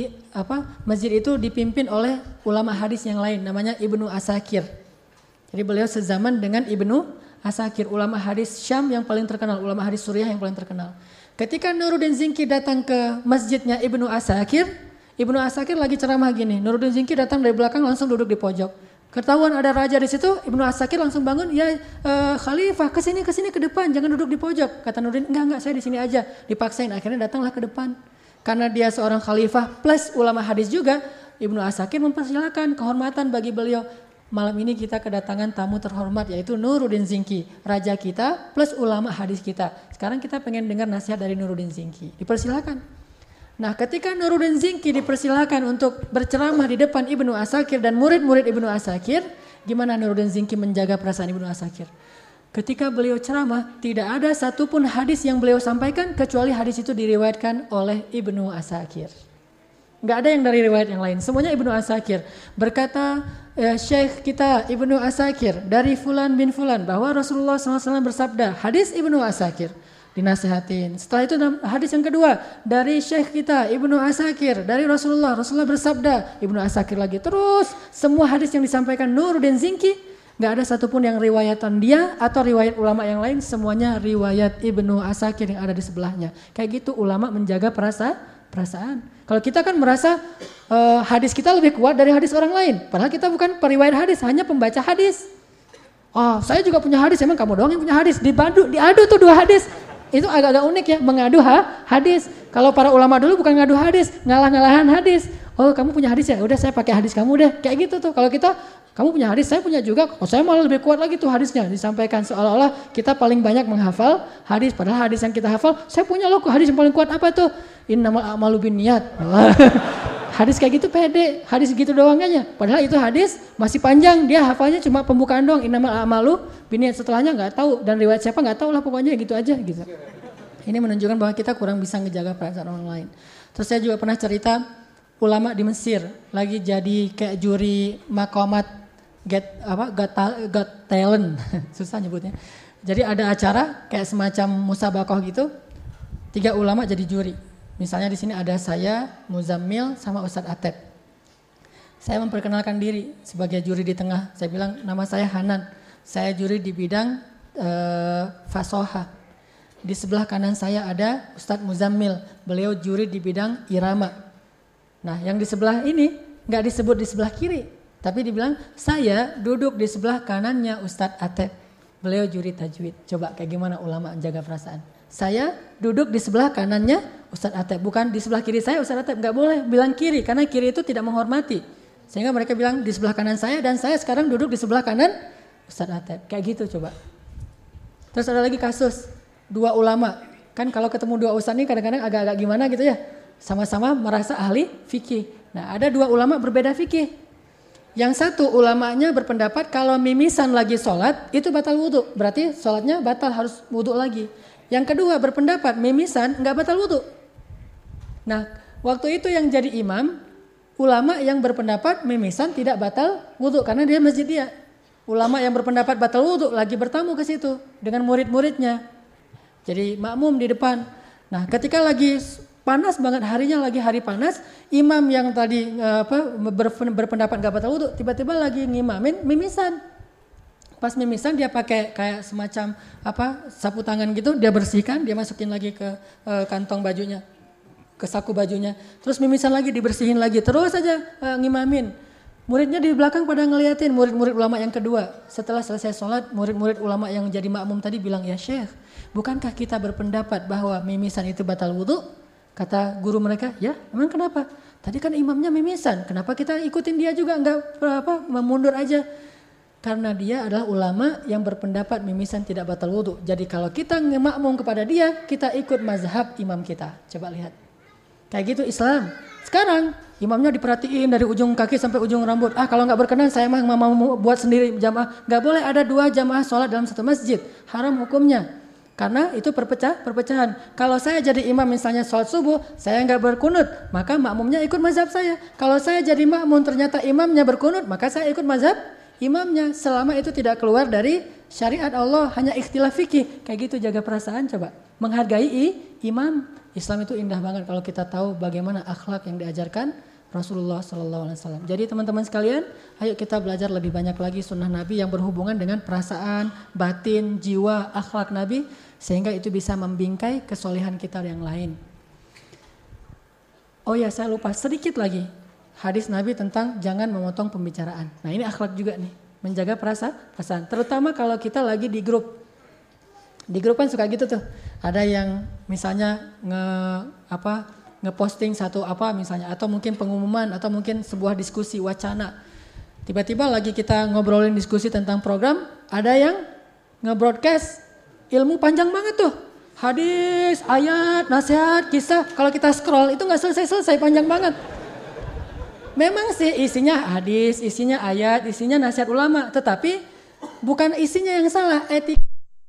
masjid itu dipimpin oleh ulama hadis yang lain, namanya Ibnu Asakir. Jadi beliau sezaman dengan Ibnu Asakir, ulama hadis Syam yang paling terkenal, ulama hadis Suriah yang paling terkenal. Ketika Nuruddin Zinki datang ke masjidnya Ibnu Asakir lagi ceramah gini. Nuruddin Zinki datang dari belakang langsung duduk di pojok. Ketahuan ada raja di situ, Ibnu Asakir langsung bangun, ya Khalifah kesini ke depan, jangan duduk di pojok. Kata Nuruddin, enggak saya di sini aja. Dipaksain, akhirnya datanglah ke depan. Karena dia seorang khalifah plus ulama hadis juga, Ibnu Asakir mempersilahkan, kehormatan bagi beliau. Malam ini kita kedatangan tamu terhormat yaitu Nuruddin Zinki, raja kita plus ulama hadis kita. Sekarang kita pengen dengar nasihat dari Nuruddin Zinki. Dipersilakan. Nah, ketika Nuruddin Zinki dipersilakan untuk berceramah di depan Ibnu Asakir dan murid-murid Ibnu Asakir, gimana Nuruddin Zinki menjaga perasaan Ibnu Asakir? Ketika beliau ceramah, tidak ada satupun hadis yang beliau sampaikan kecuali hadis itu diriwayatkan oleh Ibnu Asakir. Gak ada yang dari riwayat yang lain, semuanya Ibnu Asakir. Berkata Syekh kita Ibnu Asakir dari Fulan bin Fulan bahwa Rasulullah SAW bersabda, hadis Ibnu Asakir, dinasihatin. Setelah itu hadis yang kedua dari Syekh kita Ibnu Asakir dari Rasulullah bersabda, Ibnu Asakir lagi. Terus semua hadis yang disampaikan Nuruddin Zinki, gak ada satupun yang riwayatan dia atau riwayat ulama yang lain, semuanya riwayat Ibnu Asakir yang ada di sebelahnya. Kayak gitu ulama menjaga perasaan. Kalau kita kan merasa hadis kita lebih kuat dari hadis orang lain. Padahal kita bukan periwayat hadis, hanya pembaca hadis. Oh, saya juga punya hadis, emang kamu doang yang punya hadis. Diadu tuh dua hadis. Itu agak-agak unik ya, mengadu hadis. Kalau para ulama dulu bukan ngadu hadis, ngalah-ngalahan hadis. Oh, kamu punya hadis ya, udah saya pakai hadis kamu deh. Kayak gitu tuh. Kalau kita, kamu punya hadis, saya punya juga. Oh, saya malah lebih kuat lagi tuh hadisnya. Disampaikan seolah-olah kita paling banyak menghafal hadis. Padahal hadis yang kita hafal, saya punya loh hadis yang paling kuat apa tuh? Innamal a'malu binniyat. Hadis kayak gitu pede, hadis gitu doang aja. Padahal itu hadis masih panjang, dia hafalnya cuma pembukaan doang. Innamal a'malu binniyat, setelahnya nggak tahu dan riwayat siapa nggak tahu lah, pokoknya gitu aja gitu. Ini menunjukkan bahwa kita kurang bisa ngejaga perasaan orang lain. Terus saya juga pernah cerita ulama di Mesir lagi jadi kayak juri Maqamat got talent, susah nyebutnya. Jadi ada acara kayak semacam musabakoh gitu, 3 ulama jadi juri. Misalnya di sini ada saya, Muzammil, sama Ustadz Atep. Saya memperkenalkan diri sebagai juri di tengah. Saya bilang nama saya Hanan. Saya juri di bidang fasoha. Di sebelah kanan saya ada Ustadz Muzammil. Beliau juri di bidang irama. Nah, yang di sebelah ini nggak disebut di sebelah kiri, tapi dibilang saya duduk di sebelah kanannya Ustadz Atep. Beliau juri tajwid. Coba kayak gimana ulama menjaga perasaan? Saya duduk di sebelah kanannya Ustadz Atep, bukan di sebelah kiri saya Ustadz Atep. Nggak boleh bilang kiri, karena kiri itu tidak menghormati. Sehingga mereka bilang di sebelah kanan saya, dan saya sekarang duduk di sebelah kanan Ustadz Atep. Kayak gitu coba. Terus ada lagi kasus, 2 ulama. Kan kalau ketemu 2 ustadz ini kadang-kadang agak-agak gimana gitu ya. Sama-sama merasa ahli fikih. Nah ada 2 ulama berbeda fikih. Yang satu ulamanya berpendapat kalau mimisan lagi sholat itu batal wudhu. Berarti sholatnya batal, harus wudhu lagi. Yang kedua berpendapat mimisan nggak batal wudhu. Nah waktu itu yang jadi imam, ulama yang berpendapat mimisan tidak batal wudhu karena dia masjid dia. Ulama yang berpendapat batal wudhu lagi bertamu ke situ dengan murid-muridnya. Jadi makmum di depan. Nah ketika lagi panas banget, harinya lagi hari panas, imam yang tadi berpendapat gak batal wudhu tiba-tiba lagi ngimamin mimisan. Pas mimisan dia pakai kayak semacam sapu tangan gitu, dia bersihkan, dia masukin lagi ke kantong bajunya, ke saku bajunya. Terus mimisan lagi, dibersihin lagi, terus aja ngimamin. Muridnya di belakang pada ngeliatin, murid-murid ulama yang kedua. Setelah selesai sholat, murid-murid ulama yang jadi makmum tadi bilang, ya Syekh, bukankah kita berpendapat bahwa mimisan itu batal wudhu? Kata guru mereka, ya emang kenapa? Tadi kan imamnya mimisan, kenapa kita ikutin dia juga, enggak mundur aja? Karena dia adalah ulama yang berpendapat mimisan tidak batal wudhu. Jadi kalau kita makmum kepada dia, kita ikut mazhab imam kita. Coba lihat. Kayak gitu Islam. Sekarang imamnya diperhatiin dari ujung kaki sampai ujung rambut. Kalau nggak berkenan saya mah mau buat sendiri jamaah. Nggak boleh ada 2 jamaah sholat dalam satu masjid. Haram hukumnya. Karena itu perpecahan. Kalau saya jadi imam misalnya sholat subuh, saya nggak berkunut, maka makmumnya ikut mazhab saya. Kalau saya jadi makmum ternyata imamnya berkunut, maka saya ikut mazhab imamnya. Selama itu tidak keluar dari syariat Allah, hanya ikhtilaf fikih. Kayak gitu jaga perasaan coba. Menghargai imam. Islam itu indah banget kalau kita tahu bagaimana akhlak yang diajarkan Rasulullah SAW. Jadi teman-teman sekalian, ayo kita belajar lebih banyak lagi sunnah Nabi yang berhubungan dengan perasaan, batin, jiwa, akhlak Nabi, sehingga itu bisa membingkai kesolehan kita yang lain. Oh ya, saya lupa sedikit lagi. Hadis Nabi tentang jangan memotong pembicaraan. Nah ini akhlak juga nih, menjaga perasaan. Terutama kalau kita lagi di grup. Di grup kan suka gitu tuh. Ada yang misalnya ngeposting satu misalnya, atau mungkin pengumuman, atau mungkin sebuah diskusi wacana. Tiba-tiba lagi kita ngobrolin diskusi tentang program, ada yang nge-broadcast ilmu panjang banget tuh. Hadis, ayat, nasihat, kisah. Kalau kita scroll itu nggak selesai-selesai, panjang banget. Memang sih isinya hadis, isinya ayat, isinya nasihat ulama, tetapi bukan isinya yang salah, etika.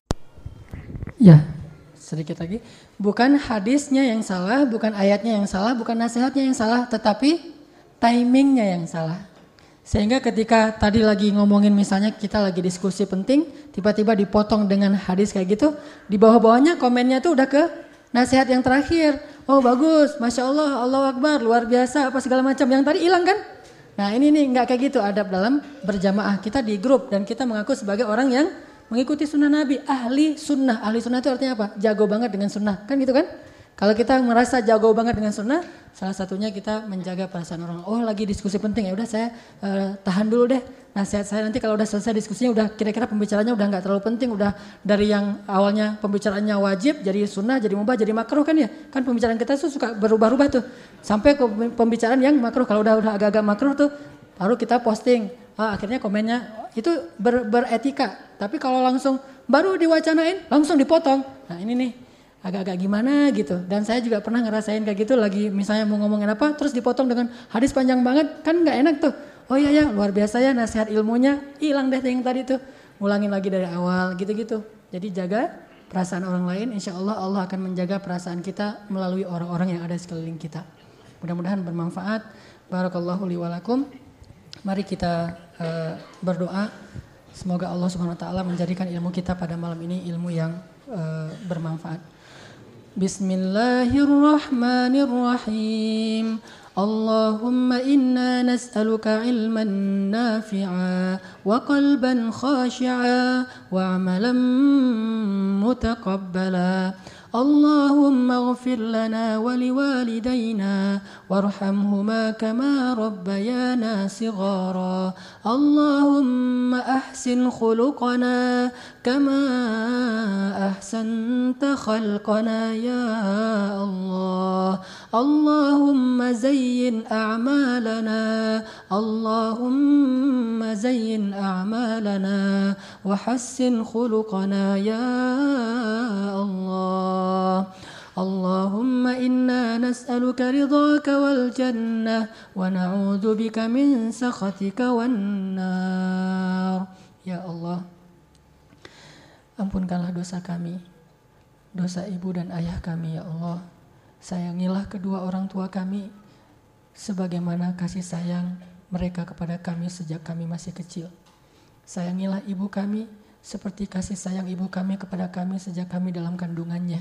Ya, sedikit lagi. Bukan hadisnya yang salah, bukan ayatnya yang salah, bukan nasihatnya yang salah, tetapi timingnya yang salah. Sehingga ketika tadi lagi ngomongin misalnya kita lagi diskusi penting, tiba-tiba dipotong dengan hadis kayak gitu, di bawah-bawahnya komennya tuh udah ke nasihat yang terakhir. Oh bagus, Masya Allah, Allahu Akbar, luar biasa, apa segala macam. Yang tadi hilang kan? Nah ini nih nggak kayak gitu adab dalam berjamaah. Kita di grup dan kita mengaku sebagai orang yang mengikuti sunnah Nabi, ahli sunnah. Ahli sunnah itu artinya apa? Jago banget dengan sunnah, kan gitu kan? Kalau kita merasa jago banget dengan sunnah, salah satunya kita menjaga perasaan orang. Oh lagi diskusi penting, ya udah saya tahan dulu deh nasihat saya, nanti kalau udah selesai diskusinya udah kira-kira pembicaranya udah nggak terlalu penting, udah dari yang awalnya pembicaraannya wajib jadi sunnah, jadi mubah, jadi makruh kan ya? Kan pembicaraan kita tuh suka berubah-ubah tuh sampai ke pembicaraan yang makruh. Kalau udah agak-agak makruh tuh baru kita posting. Akhirnya komennya itu beretika. Tapi kalau langsung baru diwacanain langsung dipotong. Nah ini nih agak-agak gimana gitu. Dan saya juga pernah ngerasain kayak gitu, lagi misalnya mau ngomongin apa terus dipotong dengan hadis panjang banget, kan nggak enak tuh. Oh iya ya, luar biasa ya nasihat ilmunya, hilang deh yang tadi tuh. Ngulangin lagi dari awal gitu-gitu. Jadi jaga perasaan orang lain, insya Allah Allah akan menjaga perasaan kita melalui orang-orang yang ada di sekeliling kita. Mudah-mudahan bermanfaat. Barakallahu li wa lakum. Mari kita berdoa. Semoga Allah Subhanahu wa taala menjadikan ilmu kita pada malam ini ilmu yang bermanfaat. Bismillahirrahmanirrahim. Allahumma inna nas'aluka ilman nafi'a wa qalban khashi'a wa amalan mutaqabbala. اللهم اغفر لنا ولوالدينا وارحمهما كما ربيانا صغارا اللهم أحسن خلقنا كما أحسنت خلقنا يا الله اللهم زين أعمالنا اللهم زين أعمالنا وحسن خلقنا يا الله اللهم إنا نسألك رضاك والجنة ونعوذ بك من سخطك والنار. Ya Allah, ampunkanlah dosa kami, dosa ibu dan ayah kami ya Allah. Sayangilah kedua orang tua kami sebagaimana kasih sayang mereka kepada kami sejak kami masih kecil. Sayangilah ibu kami seperti kasih sayang ibu kami kepada kami sejak kami dalam kandungannya.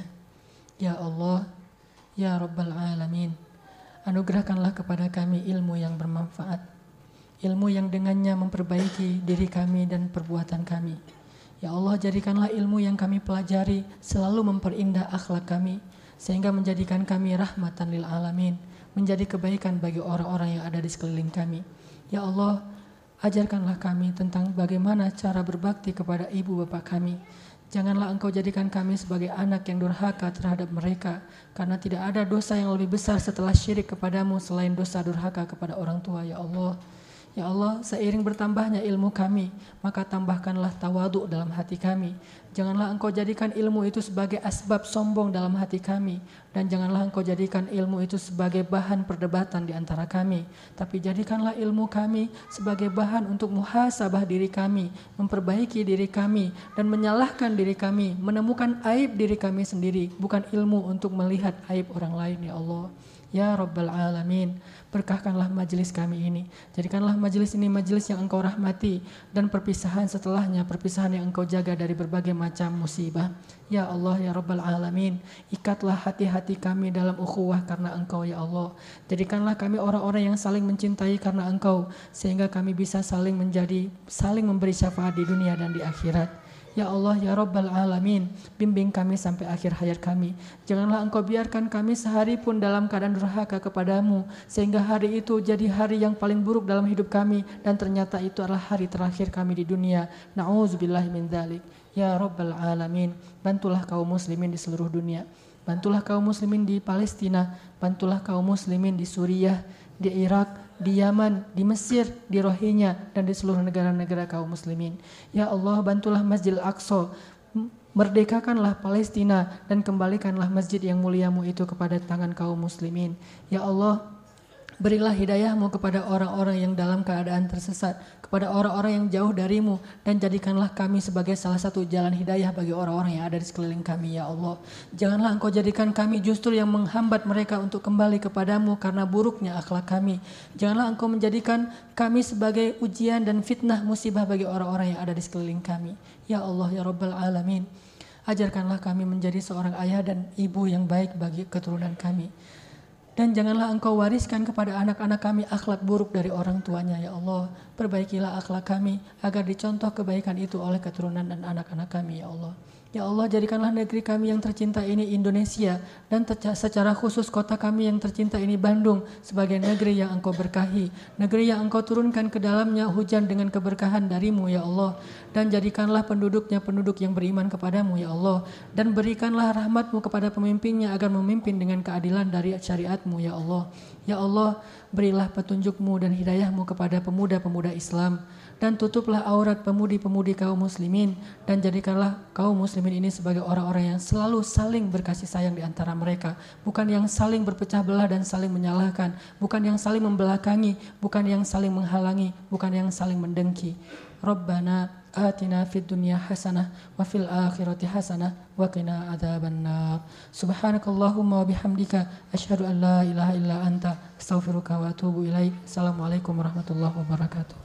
Ya Allah, ya Rabbal Alamin, anugerahkanlah kepada kami ilmu yang bermanfaat, ilmu yang dengannya memperbaiki diri kami dan perbuatan kami. Ya Allah, jadikanlah ilmu yang kami pelajari selalu memperindah akhlak kami, sehingga menjadikan kami rahmatan lil alamin, menjadi kebaikan bagi orang-orang yang ada di sekeliling kami. Ya Allah, ajarkanlah kami tentang bagaimana cara berbakti kepada ibu bapak kami. Janganlah Engkau jadikan kami sebagai anak yang durhaka terhadap mereka, karena tidak ada dosa yang lebih besar setelah syirik kepadamu selain dosa durhaka kepada orang tua ya Allah. Ya Allah, seiring bertambahnya ilmu kami, maka tambahkanlah tawadhu dalam hati kami. Janganlah Engkau jadikan ilmu itu sebagai asbab sombong dalam hati kami, dan janganlah Engkau jadikan ilmu itu sebagai bahan perdebatan di antara kami. Tapi jadikanlah ilmu kami sebagai bahan untuk muhasabah diri kami, memperbaiki diri kami, dan menyalahkan diri kami, menemukan aib diri kami sendiri, bukan ilmu untuk melihat aib orang lain ya Allah. Ya Rabbal Alamin, berkahkanlah majelis kami ini. Jadikanlah majelis ini majelis yang Engkau rahmati, dan perpisahan setelahnya perpisahan yang Engkau jaga dari berbagai macam musibah. Ya Allah, ya Rabbal Alamin, ikatlah hati-hati kami dalam ukhuwah karena Engkau ya Allah. Jadikanlah kami orang-orang yang saling mencintai karena Engkau, sehingga kami bisa saling memberi syafaat di dunia dan di akhirat. Ya Allah, ya Rabbal Alamin, bimbing kami sampai akhir hayat kami. Janganlah Engkau biarkan kami sehari pun dalam keadaan durhaka kepadamu, sehingga hari itu jadi hari yang paling buruk dalam hidup kami, dan ternyata itu adalah hari terakhir kami di dunia. Na'udzubillahi min dzalik. Ya Rabbal Alamin, bantulah kaum muslimin di seluruh dunia. Bantulah kaum muslimin di Palestina, bantulah kaum muslimin di Suriah, di Irak, di Yaman, di Mesir, di Rohingya, dan di seluruh negara-negara kaum muslimin. Ya Allah, bantulah Masjidil Aqsa, merdekakanlah Palestina, dan kembalikanlah masjid yang muliamu itu kepada tangan kaum muslimin. Ya Allah, berilah hidayahmu kepada orang-orang yang dalam keadaan tersesat, kepada orang-orang yang jauh darimu, dan jadikanlah kami sebagai salah satu jalan hidayah bagi orang-orang yang ada di sekeliling kami ya Allah. Janganlah Engkau jadikan kami justru yang menghambat mereka untuk kembali kepadamu karena buruknya akhlak kami. Janganlah Engkau menjadikan kami sebagai ujian dan fitnah musibah bagi orang-orang yang ada di sekeliling kami. Ya Allah, ya Rabbal Alamin, ajarkanlah kami menjadi seorang ayah dan ibu yang baik bagi keturunan kami. Dan janganlah Engkau wariskan kepada anak-anak kami akhlak buruk dari orang tuanya ya Allah. Perbaikilah akhlak kami agar dicontoh kebaikan itu oleh keturunan dan anak-anak kami ya Allah. Ya Allah, jadikanlah negeri kami yang tercinta ini Indonesia, dan secara khusus kota kami yang tercinta ini Bandung sebagai negeri yang Engkau berkahi, negeri yang Engkau turunkan ke dalamnya hujan dengan keberkahan darimu ya Allah. Dan jadikanlah penduduknya penduduk yang beriman kepadamu ya Allah, dan berikanlah rahmatmu kepada pemimpinnya agar memimpin dengan keadilan dari syariatmu ya Allah. Ya Allah, berilah petunjukmu dan hidayahmu kepada pemuda-pemuda Islam, dan tutuplah aurat pemudi-pemudi kaum muslimin, dan jadikanlah kaum muslimin ini sebagai orang-orang yang selalu saling berkasih sayang di antara mereka, bukan yang saling berpecah belah dan saling menyalahkan, bukan yang saling membelakangi, bukan yang saling menghalangi, bukan yang saling mendengki. Rabbana atina fid dunya hasanah wa fil akhirati hasanah wa qina adzabannar. Subhanakallahumma wa bihamdika asyhadu an la ilaha illa anta astaghfiruka wa atubu ilaik. Assalamualaikum warahmatullahi wabarakatuh.